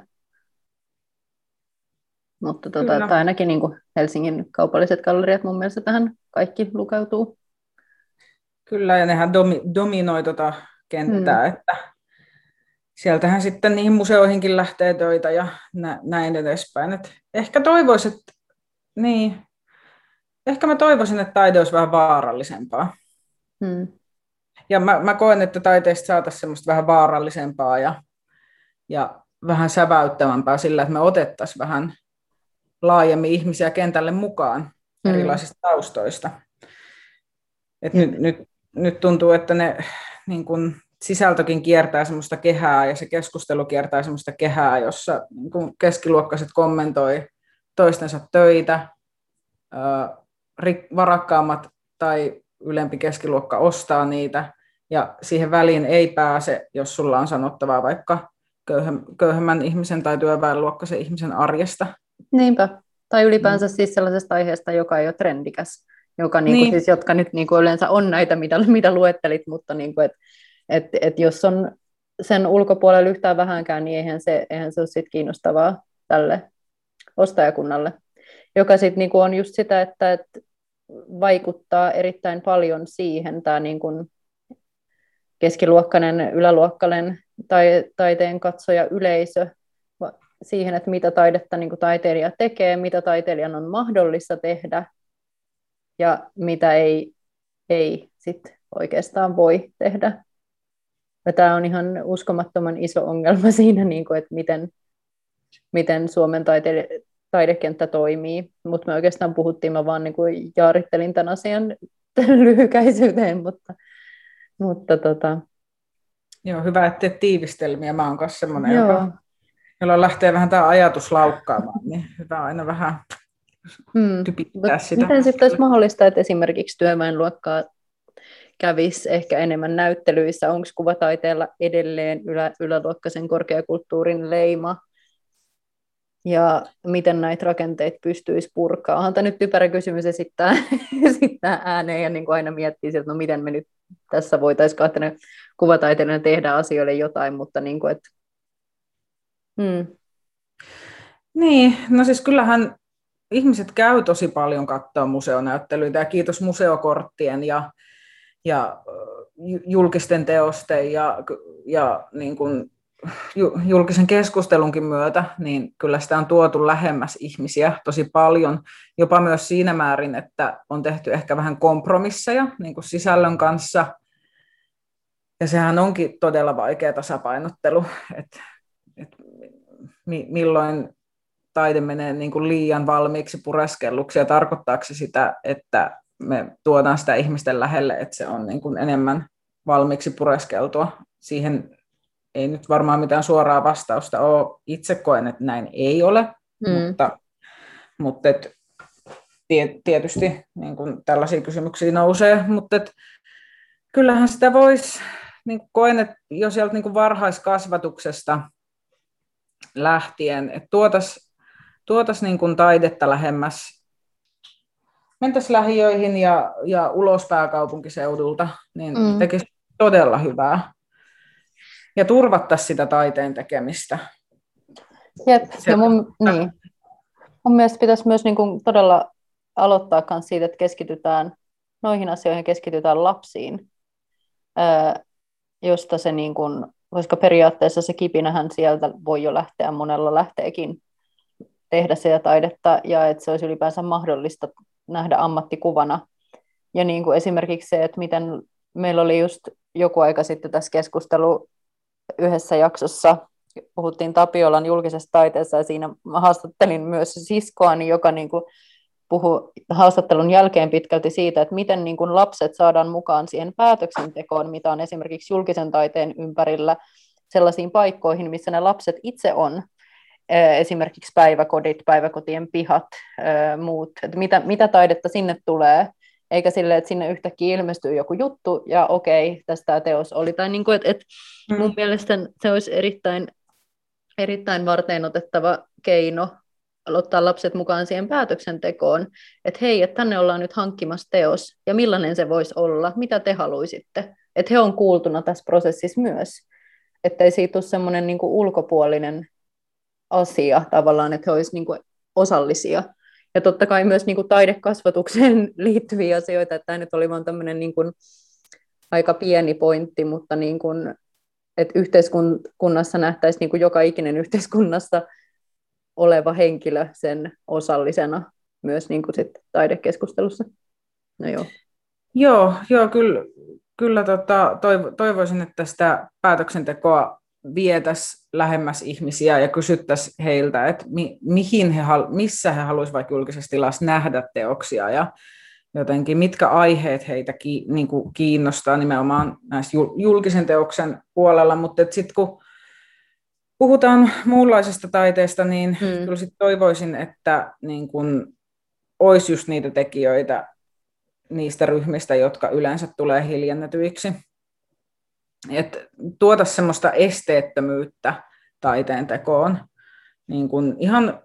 Mutta tota, tai ainakin niin kuin Helsingin kaupalliset galleriat mun mielestä tähän kaikki lukeutuu. Kyllä, ja nehän domi, dominoi tota kenttää, hmm. että sieltähän sitten niihin museoihinkin lähtee töitä ja nä, näin edespäin. Et ehkä toivoisin, että niin, ehkä mä toivoisin, että taide olisi vähän vaarallisempaa. Hmm. Ja mä, mä koen, että taiteesta saataisiin semmoista vähän vaarallisempaa ja, ja vähän säväyttävämpää sillä, että me otettaisiin vähän laajemmin ihmisiä kentälle mukaan hmm. erilaisista taustoista. Et nyt, nyt, nyt tuntuu, että ne niin kun, sisältökin kiertää semmoista kehää ja se keskustelu kiertää semmoista kehää, jossa niin kun keskiluokkaiset kommentoi toistensa töitä, varakkaammat tai ylempi keskiluokka ostaa niitä ja siihen väliin ei pääse, jos sulla on sanottavaa vaikka köyhemmän ihmisen tai työväenluokkaisen ihmisen arjesta. Niinpä. Tai ylipäänsä mm. siis sellaisesta aiheesta, joka ei ole trendikäs. Joka, niin kuin, niin. Siis, jotka nyt niin kuin yleensä on näitä, mitä, mitä luettelit, mutta niin kuin, et, et, et jos on sen ulkopuolella yhtään vähänkään, niin eihän se, eihän se ole sit kiinnostavaa tälle ostajakunnalle, joka sit niin kuin on just sitä, että et vaikuttaa erittäin paljon siihen tämä niin kuin keskiluokkainen, yläluokkainen tai, taiteen katsoja yleisö, siihen, että mitä taidetta niin kuin taiteilija tekee, mitä taiteilijan on mahdollista tehdä, ja mitä ei, ei sit oikeastaan voi tehdä. Ja tämä on ihan uskomattoman iso ongelma siinä, niin kuin, että miten, miten Suomen taite- taidekenttä toimii, mutta me oikeastaan puhuttiin, mä vaan niin kuin jaarittelin tämän asian lyhykäisyyteen, mutta, mutta tota, Joo, hyvä, että teet tiivistelmiä. Mä oon myös semmoinen, joo. joka, jolla lähtee vähän tämä ajatus laukkaamaan, niin hyvä aina vähän Hmm. typittää sitä. Miten sitten olisi mahdollista, että esimerkiksi työväenluokkaa kävisi ehkä enemmän näyttelyissä? Onko kuvataiteella edelleen ylä, yläluokkaisen korkeakulttuurin leima? Ja miten näitä rakenteita pystyisi purkaa? Onhan tämä nyt typerä kysymys esittää, esittää ääneen ja niin kuin aina miettii, että no miten me nyt tässä voitaisiin kahtena kuvataiteilijana tehdä asioille jotain, mutta niin kuin, että... Hmm. Niin, no siis kyllähän ihmiset käy tosi paljon katsoa museonäyttelyitä ja kiitos museokorttien ja, ja julkisten teosten ja, ja niin kuin julkisen keskustelunkin myötä, niin kyllä sitä on tuotu lähemmäs ihmisiä tosi paljon, jopa myös siinä määrin, että on tehty ehkä vähän kompromisseja niin kuin sisällön kanssa, ja sehän onkin todella vaikea tasapainottelu, että, että milloin taide menee niin kuin liian valmiiksi pureskelluksi, ja tarkoittaako se sitä, että me tuodaan sitä ihmisten lähelle, että se on niin kuin enemmän valmiiksi pureskeltua. Siihen ei nyt varmaan mitään suoraa vastausta ole. Itse koen, että näin ei ole, mm. mutta, mutta et, tietysti niin kuin tällaisia kysymyksiä nousee, mutta et, kyllähän sitä voisi, niin koen, että jo sieltä niin kuin varhaiskasvatuksesta lähtien, että tuotaisiin tuotais niin kuin taidetta lähemmäs, mentäisiin lähiöihin ja, ja ulos pääkaupunkiseudulta, niin mm. tekisi todella hyvää. Ja turvattaisiin sitä taiteen tekemistä. Jep, ja mun, niin. mun mielestä pitäisi myös niin kuin todella aloittaa myös siitä, että keskitytään noihin asioihin, keskitytään lapsiin, ää, josta se, niin kuin, koska periaatteessa se kipinähän sieltä voi jo lähteä, monella lähteekin tehdä sitä taidetta, ja että se olisi ylipäänsä mahdollista nähdä ammattikuvana. Ja niin kuin esimerkiksi se, että miten meillä oli just joku aika sitten tässä keskustelu yhdessä jaksossa, puhuttiin Tapiolan julkisesta taiteessa, ja siinä haastattelin myös siskoani, joka niin kuin puhui haastattelun jälkeen pitkälti siitä, että miten niin kuin lapset saadaan mukaan siihen päätöksentekoon, mitä on esimerkiksi julkisen taiteen ympärillä, sellaisiin paikkoihin, missä ne lapset itse on, esimerkiksi päiväkodit, päiväkotien pihat, muut, että mitä, mitä taidetta sinne tulee, eikä silleen, että sinne yhtäkkiä ilmestyy joku juttu, ja okei, tästä tämä teos oli. Tai niin kuin, että, että mm. mun mielestä se olisi erittäin, erittäin varteenotettava keino aloittaa lapset mukaan siihen päätöksentekoon, että hei, että tänne ollaan nyt hankkimassa teos, ja millainen se voisi olla, mitä te haluaisitte. Että he on kuultuna tässä prosessissa myös, ettei siitä tule semmoinen niin kuin ulkopuolinen asia tavallaan, että he olisivat niin kuin osallisia. Ja totta kai myös niin kuin taidekasvatukseen liittyviä asioita, että tämä nyt oli vain tämmöinen niin kuin aika pieni pointti, mutta niin kuin, että yhteiskunnassa nähtäisiin niin kuin joka ikinen yhteiskunnassa oleva henkilö sen osallisena myös niin kuin sit taidekeskustelussa. No joo. Joo, joo kyllä, kyllä tota, toivoisin, että sitä päätöksentekoa vietäisiin lähemmäs ihmisiä ja kysyttäisiin heiltä, että mi, mihin he, missä he haluaisivat vaikka julkisessa tilassa nähdä teoksia ja jotenkin mitkä aiheet heitä ki, niin kuin kiinnostaa nimenomaan näissä julkisen teoksen puolella, mutta sitten kun puhutaan muunlaisesta taiteesta, niin mm. kyllä sit toivoisin, että niin kun olisi just niitä tekijöitä niistä ryhmistä, jotka yleensä tulee hiljennetyiksi. Että tuotaisiin semmoista esteettömyyttä taiteen tekoon. Niin kun ihan,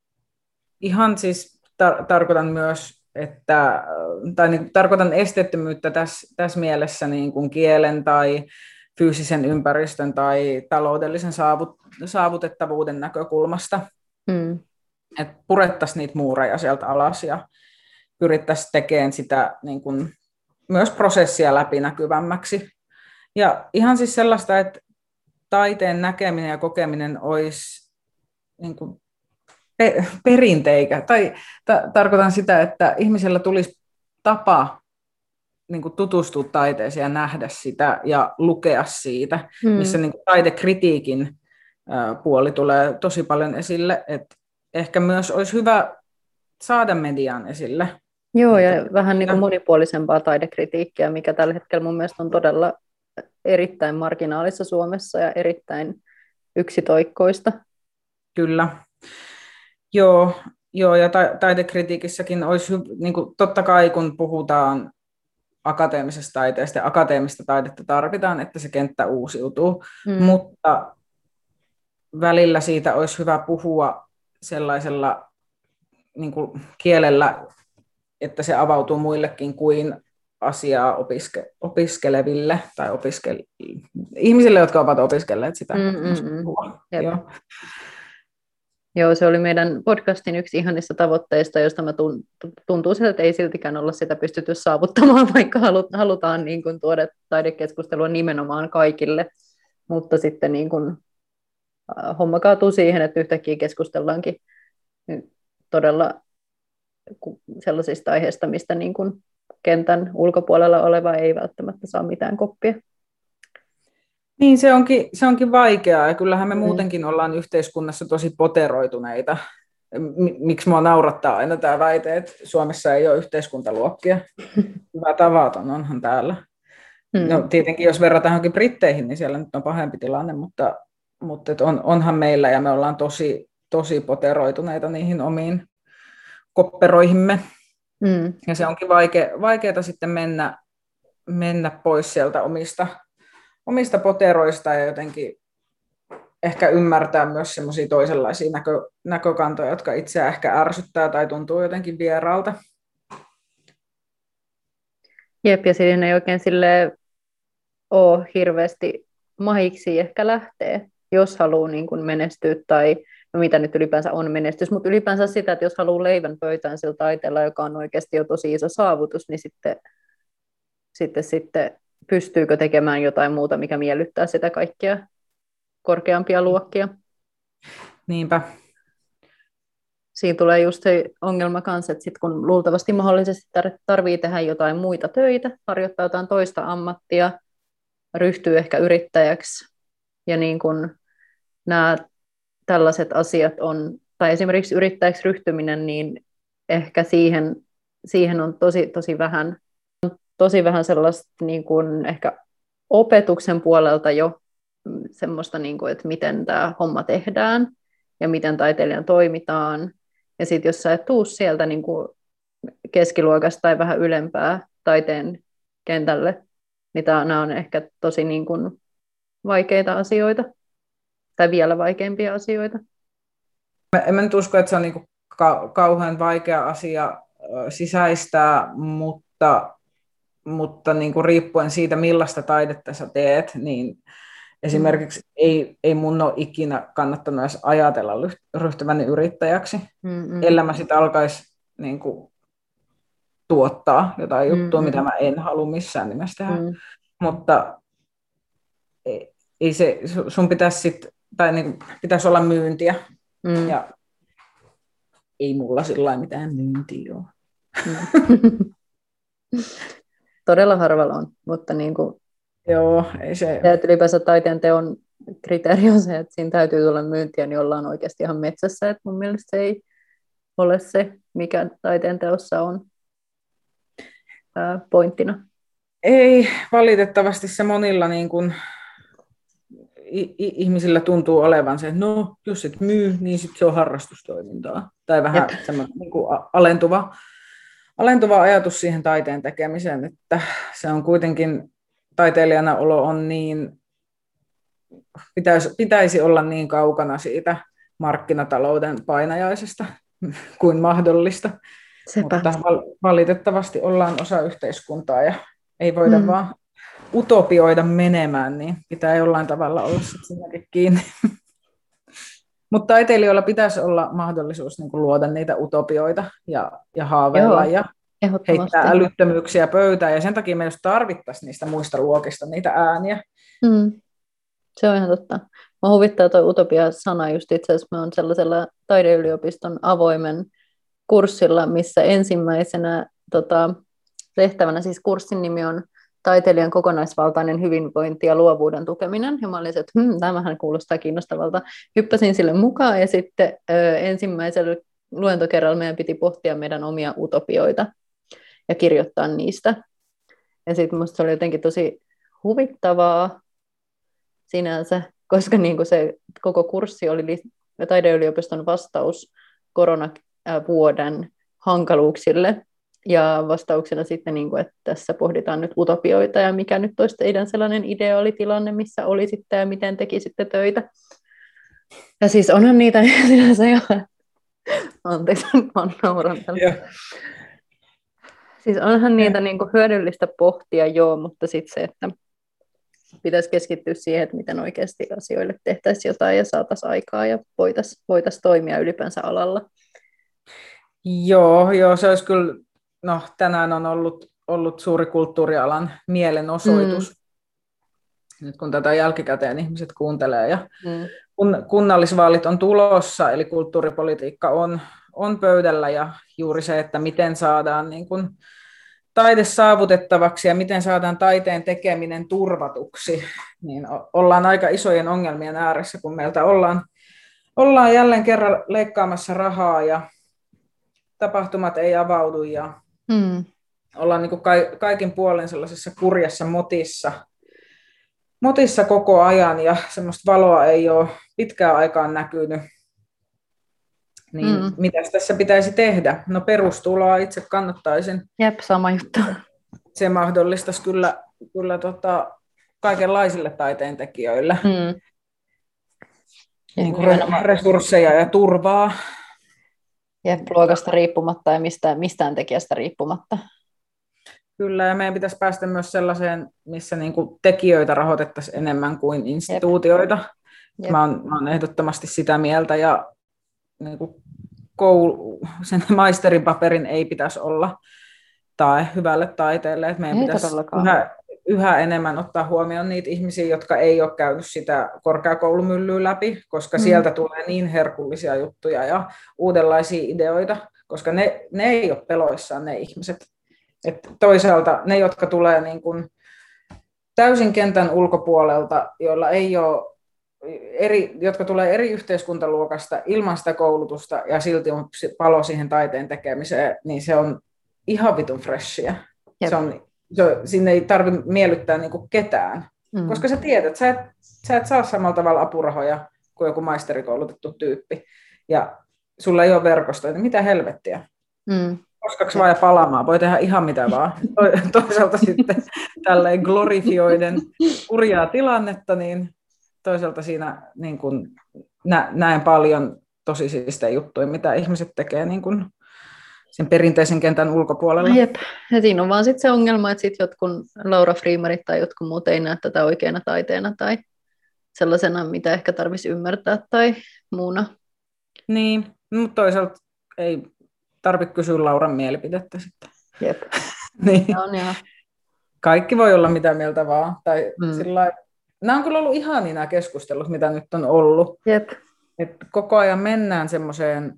ihan siis tar- tarkoitan myös, että, tai niin, tarkoitan esteettömyyttä tässä, tässä mielessä niin kun kielen tai fyysisen ympäristön tai taloudellisen saavut, saavutettavuuden näkökulmasta. Mm. Että purettaisiin niitä muureja sieltä alas ja pyrittäisiin tekemään sitä niin kuin, myös prosessia läpinäkyvämmäksi. Ja ihan siis sellaista, että taiteen näkeminen ja kokeminen olisi niin kuin pe- perinteikä. Tai ta- tarkoitan sitä, että ihmisellä tulisi tapa niin kuin tutustua taiteeseen ja nähdä sitä ja lukea siitä, mm. missä niin kuin taidekritiikin puoli tulee tosi paljon esille, että ehkä myös olisi hyvä saada mediaan esille. Joo, ja vähän niin kuin monipuolisempaa taidekritiikkiä, mikä tällä hetkellä mun mielestä on todella erittäin marginaalissa Suomessa ja erittäin yksitoikkoista. Kyllä. Joo, joo ja ta- taidekritiikissäkin olisi, niin kuin, totta kai kun puhutaan akateemisesta taiteesta ja akateemista taidetta tarvitaan, että se kenttä uusiutuu, mm. mutta välillä siitä olisi hyvä puhua sellaisella niin kuin kielellä, että se avautuu muillekin kuin asiaa opiske- opiskeleville tai opiske- ihmisille, jotka ovat opiskelleet sitä. Mm-mm. Joo. Joo, se oli meidän podcastin yksi ihanista tavoitteista, josta mä tuntuu siltä, että ei siltikään olla sitä pystytty saavuttamaan, vaikka halutaan niin kuin tuoda taidekeskustelua nimenomaan kaikille, mutta sitten niin kuin, homma kaatuu siihen, että yhtäkkiä keskustellaankin todella sellaisista aiheista, mistä niin kuin kentän ulkopuolella oleva ei välttämättä saa mitään koppia. Niin, se onkin, se onkin vaikeaa, ja kyllähän me mm. muutenkin ollaan yhteiskunnassa tosi poteroituneita. Miksi mua naurattaa aina tämä väite, että Suomessa ei ole yhteiskuntaluokkia. Hyvä tavaton onhan täällä. Mm. No, tietenkin jos verrataan johonkin Britteihin, niin siellä nyt on pahempi tilanne, mutta, mutta on, onhan meillä, ja me ollaan tosi, tosi poteroituneita niihin omiin kopperoihimme. Mm. Ja se onkin vaikea, vaikeaa sitten mennä, mennä pois sieltä omista, omista poteroista ja jotenkin ehkä ymmärtää myös semmoisia toisenlaisia näkö, näkökantoja, jotka itseä ehkä ärsyttää tai tuntuu jotenkin vieraalta. Jep, ja siinä ei oikein silleen ole hirveästi mahiksi ehkä lähtee, jos haluaa niin kuin menestyä tai no mitä nyt ylipäänsä on menestys, mutta ylipäänsä sitä, että jos haluaa leivän pöytään sillä taiteella, joka on oikeasti jo tosi iso saavutus, niin sitten, sitten, sitten pystyykö tekemään jotain muuta, mikä miellyttää sitä kaikkia korkeampia luokkia. Niinpä. Siinä tulee just se ongelma kanssa, että sit kun luultavasti mahdollisesti tarvii tehdä jotain muita töitä, harjoittaa jotain toista ammattia, ryhtyy ehkä yrittäjäksi ja niin kun nämä tällaiset asiat on, tai esimerkiksi yrittäjäksi ryhtyminen, niin ehkä siihen, siihen on tosi, tosi vähän, tosi vähän sellaista niin kuin ehkä opetuksen puolelta jo semmoista, niin kuin, että miten tämä homma tehdään ja miten taiteilijan toimitaan. Ja sitten jos sä et tuu sieltä niin kuin keskiluokasta tai vähän ylempää taiteen kentälle, niin nämä on ehkä tosi niin kuin vaikeita asioita. Tai vielä vaikeampia asioita. En mä nyt usko, että se on niin kuin kauhean vaikea asia sisäistää, mutta, mutta niin kuin riippuen siitä, millaista taidetta sä teet, niin esimerkiksi mm. ei, ei mun ole ikinä kannattanut edes ajatella ryhtyväni yrittäjäksi, Mm-mm. ellei mä sitten alkaisi niin kuin tuottaa jotain juttua, Mm-mm. mitä mä en halua missään nimessä tehdä. Mm. Mutta ei, ei se, sun pitäisi sitten tai niin pitäisi olla myyntiä, mm. ja ei mulla sillä mitään myyntiä ole. Mm. Todella harvalla on, mutta niin kuin, joo, ei se. Ja ylipäänsä taiteen teon kriteeri on se, että siinä täytyy tulla myyntiä, niin ollaan oikeasti ihan metsässä, että mun mielestä se ei ole se, mikä taiteen teossa on ää, pointtina. Ei, valitettavasti se monilla niin kuin ihmisillä tuntuu olevan se, että no, jos et myy, niin sit se on harrastustoimintaa. Tai vähän semmoinen niin kuin alentuva, alentuva ajatus siihen taiteen tekemiseen, että se on kuitenkin, taiteilijana olo on niin, pitäisi, pitäisi olla niin kaukana siitä markkinatalouden painajaisesta kuin mahdollista. Sepä. Mutta valitettavasti ollaan osa yhteiskuntaa ja ei voida mm. vaan utopioida menemään, niin pitää jollain tavalla olla siinäkin kiinni. Mutta taiteilijoilla pitäisi olla mahdollisuus niin kuin luoda niitä utopioita ja, ja haaveilla Joo, ja heittää älyttömyyksiä pöytään. Ja sen takia me just tarvittaisiin niistä muista luokista niitä ääniä. Mm. Se on ihan totta. Mä huvittaa tuo utopia-sana just itse asiassa. Mä oon sellaisella taideyliopiston avoimen kurssilla, missä ensimmäisenä tota, tehtävänä, siis kurssin nimi on taiteilijan kokonaisvaltainen hyvinvointi ja luovuuden tukeminen. Ja mä olin se, että hm, tämähän kuulostaa kiinnostavalta. Hyppäsin sille mukaan ja sitten ö, ensimmäisellä luentokerralla meidän piti pohtia meidän omia utopioita ja kirjoittaa niistä. Ja sitten musta se oli jotenkin tosi huvittavaa sinänsä, koska niinku se koko kurssi oli taideyliopiston vastaus koronavuoden hankaluuksille. Ja vastauksena sitten, niin kuin, että tässä pohditaan nyt utopioita ja mikä nyt olisi teidän sellainen ideaalitilanne, missä olisitte ja miten tekisitte töitä. Ja siis onhan niitä sinänsä jo, anteeksi, mä nauran tällä. Siis onhan niitä niin kuin hyödyllistä pohtia, joo, mutta sitten se, että pitäisi keskittyä siihen, että miten oikeasti asioille tehtäisiin jotain ja saataisiin aikaa ja voitaisiin voitais toimia ylipäänsä alalla. Joo, joo, se olisi kyllä, no tänään on ollut, ollut suuri kulttuurialan mielenosoitus, mm. nyt kun tätä jälkikäteen ihmiset kuuntelee ja mm. kun kunnallisvaalit on tulossa, eli kulttuuripolitiikka on, on pöydällä ja juuri se, että miten saadaan niin kuin taide saavutettavaksi ja miten saadaan taiteen tekeminen turvatuksi, niin ollaan aika isojen ongelmien ääressä, kun meiltä ollaan, ollaan jälleen kerran leikkaamassa rahaa ja tapahtumat ei avaudu ja mm. ollaan niin kuin kaikin puolin sellaisessa kurjassa motissa, motissa koko ajan ja semmoista valoa ei ole pitkään aikaan näkynyt. Niin mm. mitäs tässä pitäisi tehdä? No perustuloa itse kannattaisin. Jep, sama juttu. Se mahdollistaisi kyllä, kyllä tota, kaikenlaisille taiteentekijöille mm. niin kuin resursseja ja turvaa. Jep, luokasta riippumatta ja mistään, mistään tekijästä riippumatta. Kyllä, ja meidän pitäisi päästä myös sellaiseen, missä niin kuin tekijöitä rahoitettaisiin enemmän kuin instituutioita. Jep. Jep. Mä, oon, mä oon ehdottomasti sitä mieltä, ja niin kuin koulu, sen maisterin paperin ei pitäisi olla tae hyvälle taiteelle. Että meidän ei pitäisi yhä, yhä enemmän ottaa huomioon niitä ihmisiä, jotka ei ole käynyt sitä korkeakoulumyllyä läpi, koska mm. sieltä tulee niin herkullisia juttuja ja uudenlaisia ideoita, koska ne, ne ei ole peloissaan ne ihmiset. Et toisaalta ne, jotka tulee niin kuin täysin kentän ulkopuolelta, joilla ei ole eri, jotka tulee eri yhteiskuntaluokasta ilman sitä koulutusta ja silti on palo siihen taiteen tekemiseen, niin se on ihan vitun freshia. Se on, se, sinne ei tarvitse miellyttää niinku ketään, mm. koska sä tiedät, että sä et, sä et saa samalla tavalla apurahoja kuin joku maisterikoulutettu tyyppi. Ja sulla ei ole verkostoa, niin mitä helvettiä. Mm. Koskaksi vaan ja palaamaan, voi tehdä ihan mitä vaan. Toisaalta sitten tälleen glorifioiden kurjaa tilannetta, niin toisaalta siinä niin kun nä, näen paljon tosi siistejä juttuja, mitä ihmiset tekee niin kun sen perinteisen kentän ulkopuolella. Jep, ja siinä on vaan sit se ongelma, että sit jotkut Laura Freemarit tai jotkut muut ei näe tätä oikeana taiteena tai sellaisena, mitä ehkä tarvitsisi ymmärtää tai muuna. Niin, mutta toisaalta ei tarvitse kysyä Lauran mielipidettä sitten. Jep, niin. On, ja... Kaikki voi olla mitä mieltä vaan. Tai mm. sillai... Nämä on kyllä ollut ihania nämä keskustelut, mitä nyt on ollut. Jep. Et koko ajan mennään semmoiseen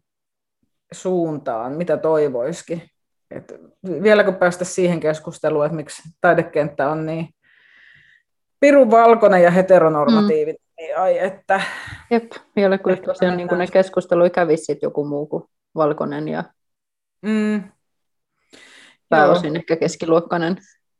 suuntaan, mitä toivoisikin. Et vielä kun päästä siihen keskusteluun, että miksi taidekenttä on niin pirun valkoinen ja heteronormatiivinen, mm. niin ai että... Jep, vielä kun tosiaan niin kun ne keskusteluja kävisi sit joku muu kuin valkoinen ja mm. pääosin Joo. ehkä keskiluokkainen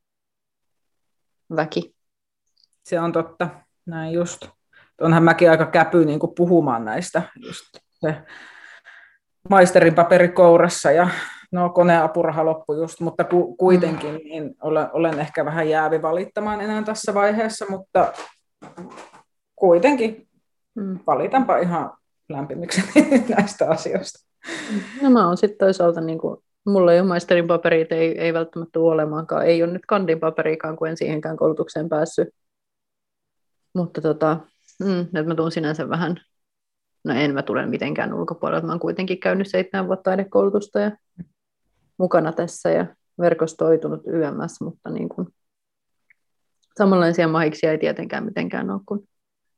väki. Se on totta, näin just. Onhan mäkin aika käpy niin kuin puhumaan näistä, just se maisterin paperi kourassa ja no koneapuraha loppu just, mutta ku, kuitenkin mm. niin olen, olen ehkä vähän jäävi valittamaan enää tässä vaiheessa, mutta kuitenkin mm. valitanpa ihan lämpimiksi näistä asioista. No mä oon sitten toisaalta, niin kuin, mulla ei ole maisterin paperit, ei, ei välttämättä tule olemaankaan, ei ole nyt kandin paperiikaan, kun en siihenkään koulutukseen päässyt. Mutta tota, mm, että mä tuun sinänsä vähän, no en mä tule mitenkään ulkopuolelta, mä oon kuitenkin käynyt seitsemän vuotta taidekoulutusta ja mukana tässä ja verkostoitunut Y M S, mutta niin kuin, samanlaisia mahiksia ei tietenkään mitenkään ole, kun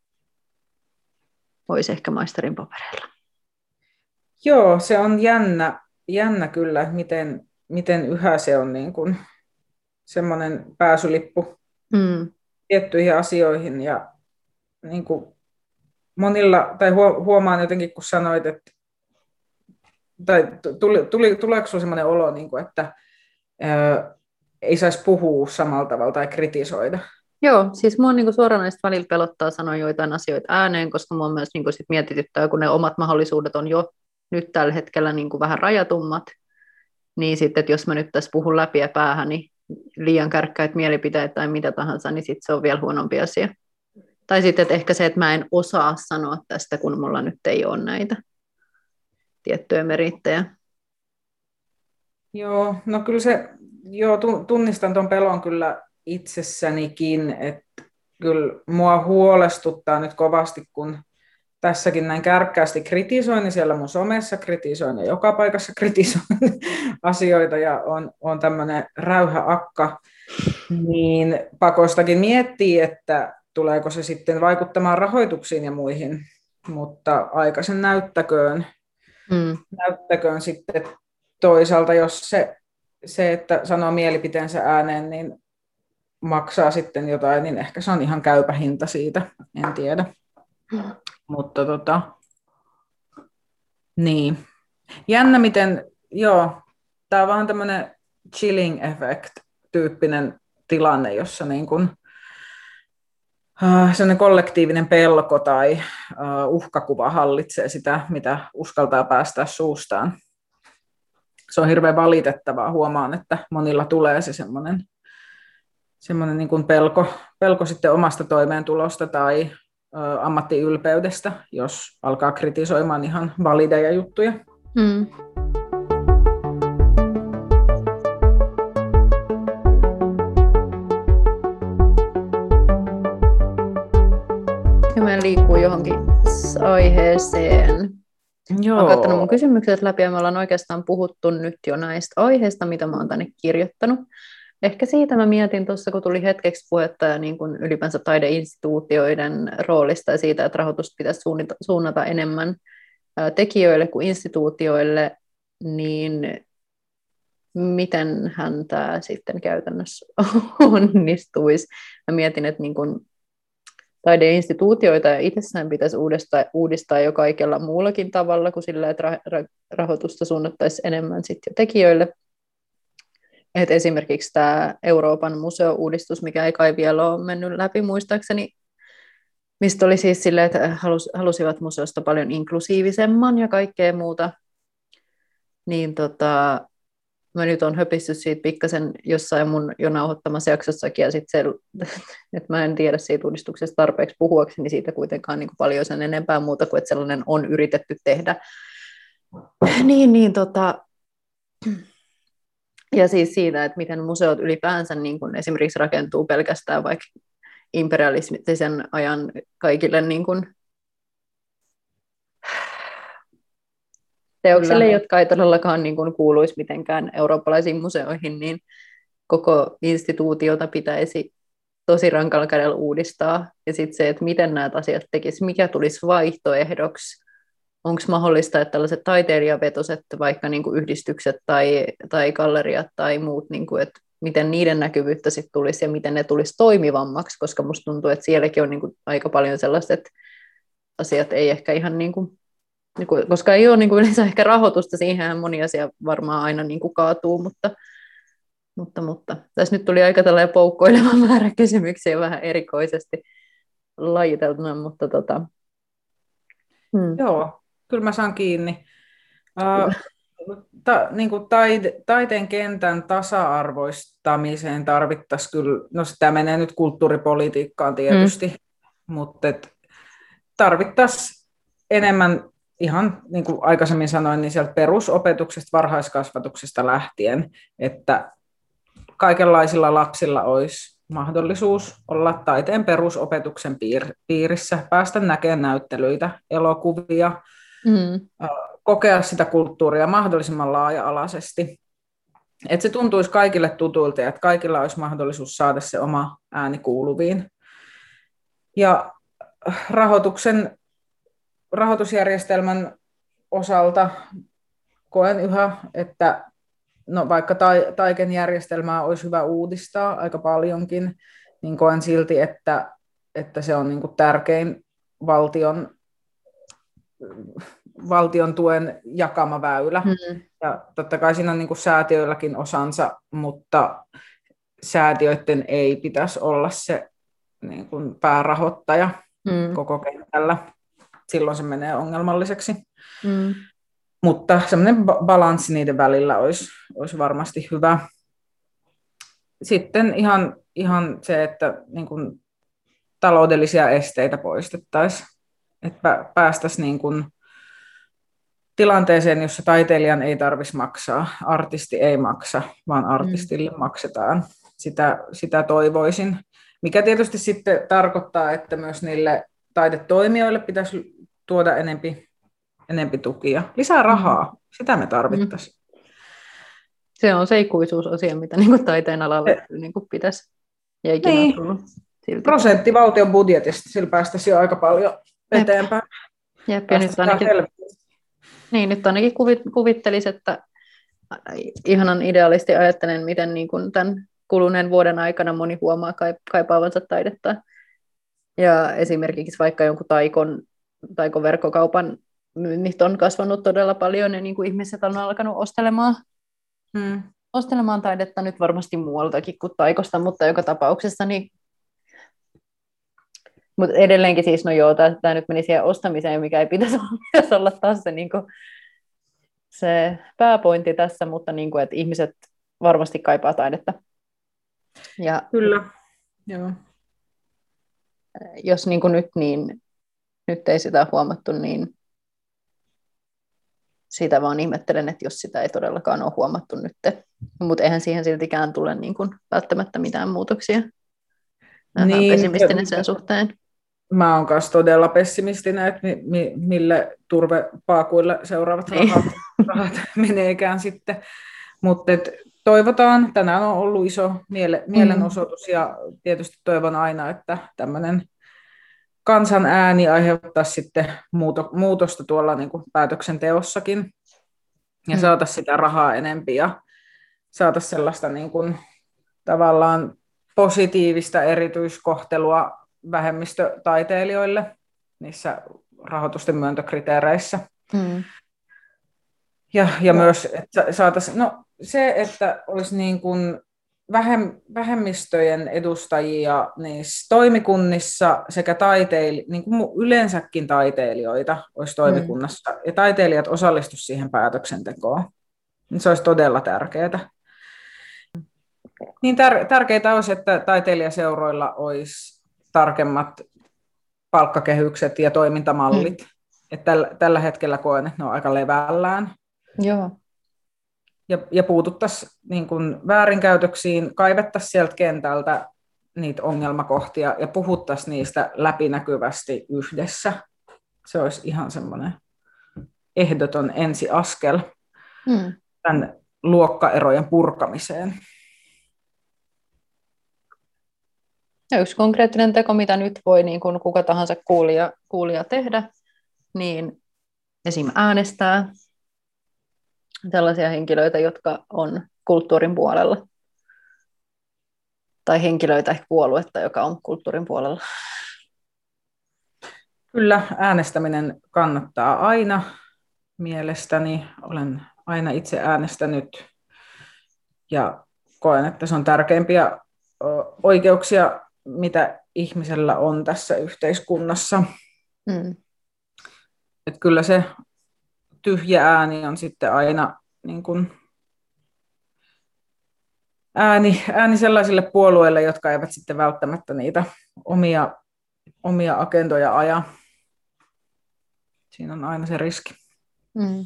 olisi ehkä maisterin papereilla. Joo, se on jännä, jännä kyllä, miten, miten yhä se on niin kuin semmoinen pääsylippu Mm. tiettyihin asioihin. Ja niin kuin monilla, tai huomaan jotenkin, kun sanoit, että tai tuli, tuli, tuleeko sinulla sellainen olo, niin kuin, että ää, ei saisi puhua samalla tavalla tai kritisoida? Joo, siis mua niin suoranaisesti välillä pelottaa sanoa joitain asioita ääneen, koska mua myös niin sit mietityttää, kun ne omat mahdollisuudet on jo nyt tällä hetkellä niin vähän rajatummat, niin sitten, että jos mä nyt tässä puhun läpi ja päähän, niin liian kärkkäitä mielipiteitä tai mitä tahansa, niin sitten se on vielä huonompi asia. Tai sitten, että ehkä se, että mä en osaa sanoa tästä, kun mulla nyt ei ole näitä tiettyjä merittejä. Joo, no kyllä se, joo, tunnistan tuon pelon kyllä itsessänikin, että kyllä mua huolestuttaa nyt kovasti, kun tässäkin näin kärkkäästi kritisoin, niin siellä mun somessa kritisoin ja joka paikassa kritisoin asioita ja on, on tämmöinen räyhä akka, niin pakostakin miettii, että tuleeko se sitten vaikuttamaan rahoituksiin ja muihin, mutta aika sen näyttäköön, mm. näyttäköön sitten toisaalta, jos se, se, että sanoo mielipiteensä ääneen, niin maksaa sitten jotain, niin ehkä se on ihan käypä hinta siitä, en tiedä. Mm. Mutta tota, niin. Jännä miten, joo, tämä on vähän tämmöinen chilling effect-tyyppinen tilanne, jossa niin kuin, uh, sellainen kollektiivinen pelko tai uh, uhkakuva hallitsee sitä, mitä uskaltaa päästää suustaan. Se on hirveän valitettavaa. Huomaan, että monilla tulee se semmoinen, semmoinen niin kuin pelko, pelko sitten omasta toimeentulosta tai uh, ammattiylpeydestä, jos alkaa kritisoimaan ihan valideja juttuja. Mm. Mä liikkuu johonkin aiheeseen. Joo. Olen katsonut mun kysymykset läpi ja me ollaan oikeastaan puhuttu nyt jo näistä aiheista, mitä mä oon tänne kirjoittanut. Ehkä siitä mä mietin tuossa, kun tuli hetkeksi puhetta ja niin kuin ylipäänsä taideinstituutioiden roolista ja siitä, että rahoitusta pitäisi suunnata, suunnata enemmän tekijöille kuin instituutioille, niin mitenhän tämä sitten käytännössä onnistuisi? Mä mietin, että niin kuin taideinstituutioita ja itsessään pitäisi uudistaa, uudistaa jo kaikella muullakin tavalla kuin sillä, että rahoitusta suunnattaisiin enemmän sitten jo tekijöille. Et esimerkiksi tämä Euroopan museo-uudistus, mikä ei kai vielä ole mennyt läpi muistaakseni, mistä oli siis silleen, että halus, halusivat museosta paljon inklusiivisemman ja kaikkea muuta, niin tota, mä nyt olen höpissyt siitä pikkasen jossain mun jo nauhoittamassa jaksossakin, ja sitten se, että mä en tiedä siitä uudistuksesta tarpeeksi puhuakseni siitä kuitenkaan niin kuin paljon sen enempää muuta kuin, että sellainen on yritetty tehdä. Niin, niin tota, ja siis siitä, että miten museot ylipäänsä niin kuin esimerkiksi rakentuu pelkästään vaikka imperialistisen ajan kaikille niin kuin teoksille, Kyllä. jotka ei todellakaan niin kuin kuuluisi mitenkään eurooppalaisiin museoihin, niin koko instituutiota pitäisi tosi rankalla kädellä uudistaa. Ja sitten se, että miten nämä asiat tekisi, mikä tulisi vaihtoehdoksi. Onko mahdollista, että tällaiset taiteilijavetoiset vaikka niin kuin yhdistykset tai, tai galleriat tai muut, niin kuin, että miten niiden näkyvyyttä sitten tulisi ja miten ne tulisi toimivammaksi, koska musta tuntuu, että sielläkin on niin kuin aika paljon sellaista, että asiat ei ehkä ihan niin kuin, koska ei ole niin kuin yleensä ehkä rahoitusta, siihenhän moni asia varmaan aina niin kuin kaatuu, mutta, mutta, mutta tässä nyt tuli aika tällainen poukkoileva määrä kysymyksiä vähän erikoisesti lajiteltuna, mutta tota, hmm. Joo, kyllä mä saan kiinni. Uh, ta, niin kuin taide, taiteen kentän tasa-arvoistamiseen tarvittaisiin kyllä, no sitä menee nyt kulttuuripolitiikkaan tietysti, hmm. mutta tarvittaisiin enemmän ihan niin kuin aikaisemmin sanoin, niin sieltä perusopetuksesta, varhaiskasvatuksesta lähtien, että kaikenlaisilla lapsilla olisi mahdollisuus olla taiteen perusopetuksen piir- piirissä, päästä näkemään näyttelyitä, elokuvia, mm. kokea sitä kulttuuria mahdollisimman laaja-alaisesti. Että se tuntuisi kaikille tutuilta ja että kaikilla olisi mahdollisuus saada se oma ääni kuuluviin. Ja rahoituksen rahoitusjärjestelmän osalta koen yhä, että no vaikka tai, taiken järjestelmää olisi hyvä uudistaa aika paljonkin, niin koen silti, että, että se on niin kuin tärkein valtion, valtion tuen jakama väylä. Mm. Ja totta kai siinä on niin kuin säätiöilläkin osansa, mutta säätiöiden ei pitäisi olla se niin kuin päärahoittaja mm. koko kentällä. Silloin se menee ongelmalliseksi. Mm. Mutta semmoinen balanssi niiden välillä olisi, olisi varmasti hyvä. Sitten ihan, ihan se, että niin kuin taloudellisia esteitä poistettaisiin. Että päästäisiin niin kuin tilanteeseen, jossa taiteilijan ei tarvitsisi maksaa, artisti ei maksa, vaan artistille mm. maksetaan. Sitä, sitä toivoisin. Mikä tietysti sitten tarkoittaa, että myös niille taidetoimijoille pitäisi tuoda enempi, enempi tukia. Lisää rahaa, mm. sitä me tarvittaisiin. Se on se ikuisuusasia, mitä niin kuin taiteen alalle niin kuin pitäisi. Ja ikinä niin. tullut silti. Prosentti valtion budjetista, sillä päästäisiin jo aika paljon eteenpäin. Jep, ja nyt ainakin, niin, nyt ainakin kuvittelisi, että ihanan idealisti ajattelen, miten niin kuin tämän kuluneen vuoden aikana moni huomaa kaipaavansa taidetta. Ja esimerkiksi vaikka jonkun taikon, taikon verkkokaupan myynnit on kasvanut todella paljon ja niin kuin ihmiset on alkanut ostelemaan, hmm. ostelemaan taidetta nyt varmasti muualtakin kuin taikosta, mutta joka tapauksessa niin mutta edelleenkin siis, no joo, tämä nyt meni siihen ostamiseen, mikä ei pitäisi olla, pitäisi olla taas se, niin kuin, se pääpointti tässä, mutta niin kuin, että ihmiset varmasti kaipaa taidetta. Ja kyllä, joo. Jos niin kuin nyt, niin nyt ei sitä huomattu, niin sitä vaan ihmettelen, että jos sitä ei todellakaan ole huomattu nyt. Mutta eihän siihen siltikään tule niin kuin välttämättä mitään muutoksia. Mä niin, pessimistinen sen suhteen. Mä oon kanssa todella pessimistinen, että mi- mi- mille turvepaakuille seuraavat niin. rahat, rahat meneekään sitten. Mutta toivotaan, tänään on ollut iso miele- mielenosoitus mm. ja tietysti toivon aina, että tämmöinen kansan ääni aiheuttaa sitten muuto- muutosta tuolla niin kuin päätöksenteossakin ja mm. saataisiin sitä rahaa enempi ja saataisiin sellaista niin kuin, tavallaan positiivista erityiskohtelua vähemmistötaiteilijoille niissä rahoitusten myöntökriteereissä. Mm. Ja, ja no. myös, että saataisiin, no se, että olisi niin kuin vähemmistöjen edustajia niissä toimikunnissa sekä taiteili, niin kuin yleensäkin taiteilijoita olisi toimikunnassa, mm. ja taiteilijat osallistuisivat siihen päätöksentekoon. Se olisi todella tärkeää. Niin tär- tärkeää olisi, että taiteilijaseuroilla olisi tarkemmat palkkakehykset ja toimintamallit. Mm. Että tällä, tällä hetkellä koen, että ne on aika levällään. Joo. Ja, ja puututtaisiin niin kuin väärinkäytöksiin, kaivettaisiin sieltä kentältä niitä ongelmakohtia ja puhuttaisiin niistä läpinäkyvästi yhdessä. Se olisi ihan semmoinen ehdoton ensiaskel mm. tämän luokkaerojen purkamiseen. Ja yksi konkreettinen teko, mitä nyt voi niin kuin kuka tahansa kuulija, kuulija tehdä, niin esim. Äänestää sellaisia henkilöitä, jotka on kulttuurin puolella. Tai henkilöitä, ehkä puoluetta, joka on kulttuurin puolella. Kyllä, äänestäminen kannattaa aina. Mielestäni olen aina itse äänestänyt ja koen, että se on tärkeimpiä oikeuksia, mitä ihmisellä on tässä yhteiskunnassa. Mm. Että kyllä se tyhjä ääni on sitten aina niin kuin ääni, ääni sellaisille puolueille, jotka eivät sitten välttämättä niitä omia, omia agendoja aja. Siinä on aina se riski. Mm.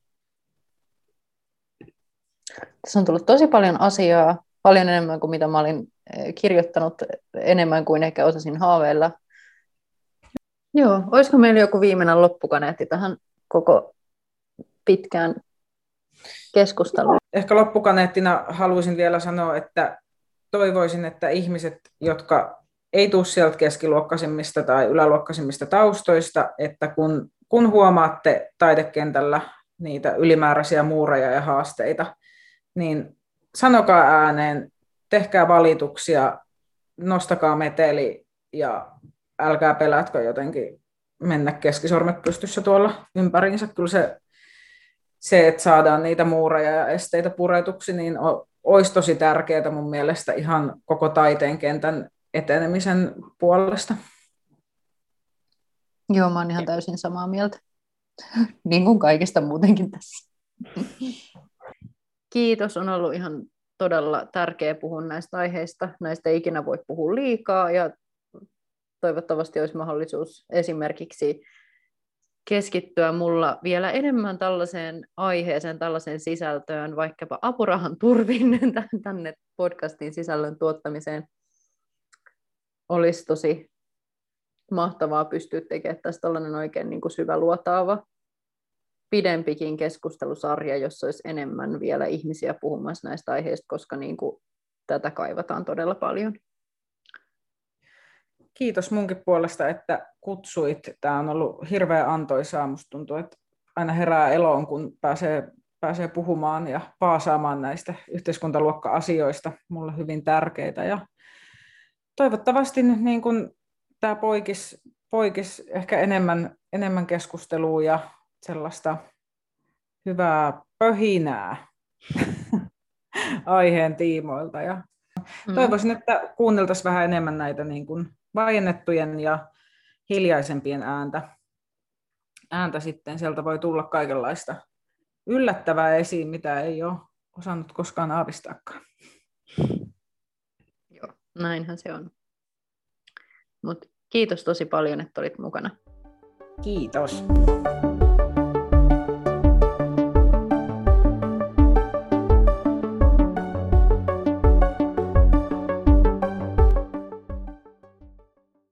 Tässä on tullut tosi paljon asiaa, paljon enemmän kuin mitä mä olin kirjoittanut, enemmän kuin ehkä osasin haaveilla. Joo, olisiko meillä joku viimeinen loppukaneetti tähän koko pitkään keskusteluun? Ehkä loppukaneettina haluaisin vielä sanoa, että toivoisin, että ihmiset, jotka ei tule sieltä keskiluokkaisimmista tai yläluokkaisimmista taustoista, että kun, kun huomaatte taidekentällä niitä ylimääräisiä muureja ja haasteita, niin sanokaa ääneen, tehkää valituksia, nostakaa meteli ja älkää pelätkö jotenkin mennä keskisormet pystyssä tuolla ympäriinsä. Kyllä se, se, että saadaan niitä muureja ja esteitä puretuksi, niin olisi tosi tärkeää mun mielestä ihan koko taiteen kentän etenemisen puolesta. Joo, mä oon ihan täysin samaa mieltä. Niin kuin kaikista muutenkin tässä. Kiitos, on ollut ihan todella tärkeää puhua näistä aiheista. Näistä ei ikinä voi puhua liikaa ja toivottavasti olisi mahdollisuus esimerkiksi keskittyä mulla vielä enemmän tällaiseen aiheeseen, tällaiseen sisältöön, vaikkapa apurahan turvin tänne podcastin sisällön tuottamiseen. Olisi tosi mahtavaa pystyä tekemään tästä tällainen oikein niin kuin syväluotaava, pidempikin keskustelusarja, jossa olisi enemmän vielä ihmisiä puhumassa näistä aiheista, koska niin kuin tätä kaivataan todella paljon. Kiitos munkin puolesta, että kutsuit. Tämä on ollut hirveän antoisaa. Musta tuntuu, että aina herää eloon, kun pääsee, pääsee puhumaan ja paasaamaan näistä yhteiskuntaluokka-asioista. Mulle hyvin tärkeitä. Ja toivottavasti niin kun tämä poikis, poikis ehkä enemmän, enemmän keskustelua ja sellaista hyvää pöhinää aiheen tiimoilta. Ja toivoisin, että kuunneltaisiin vähän enemmän näitä niin kuin vaiennettujen ja hiljaisempien ääntä. ääntä sitten. Sieltä voi tulla kaikenlaista yllättävää esiin, mitä ei ole osannut koskaan aavistaakaan. Joo, näinhän se on. Mut kiitos tosi paljon, että olit mukana. Kiitos.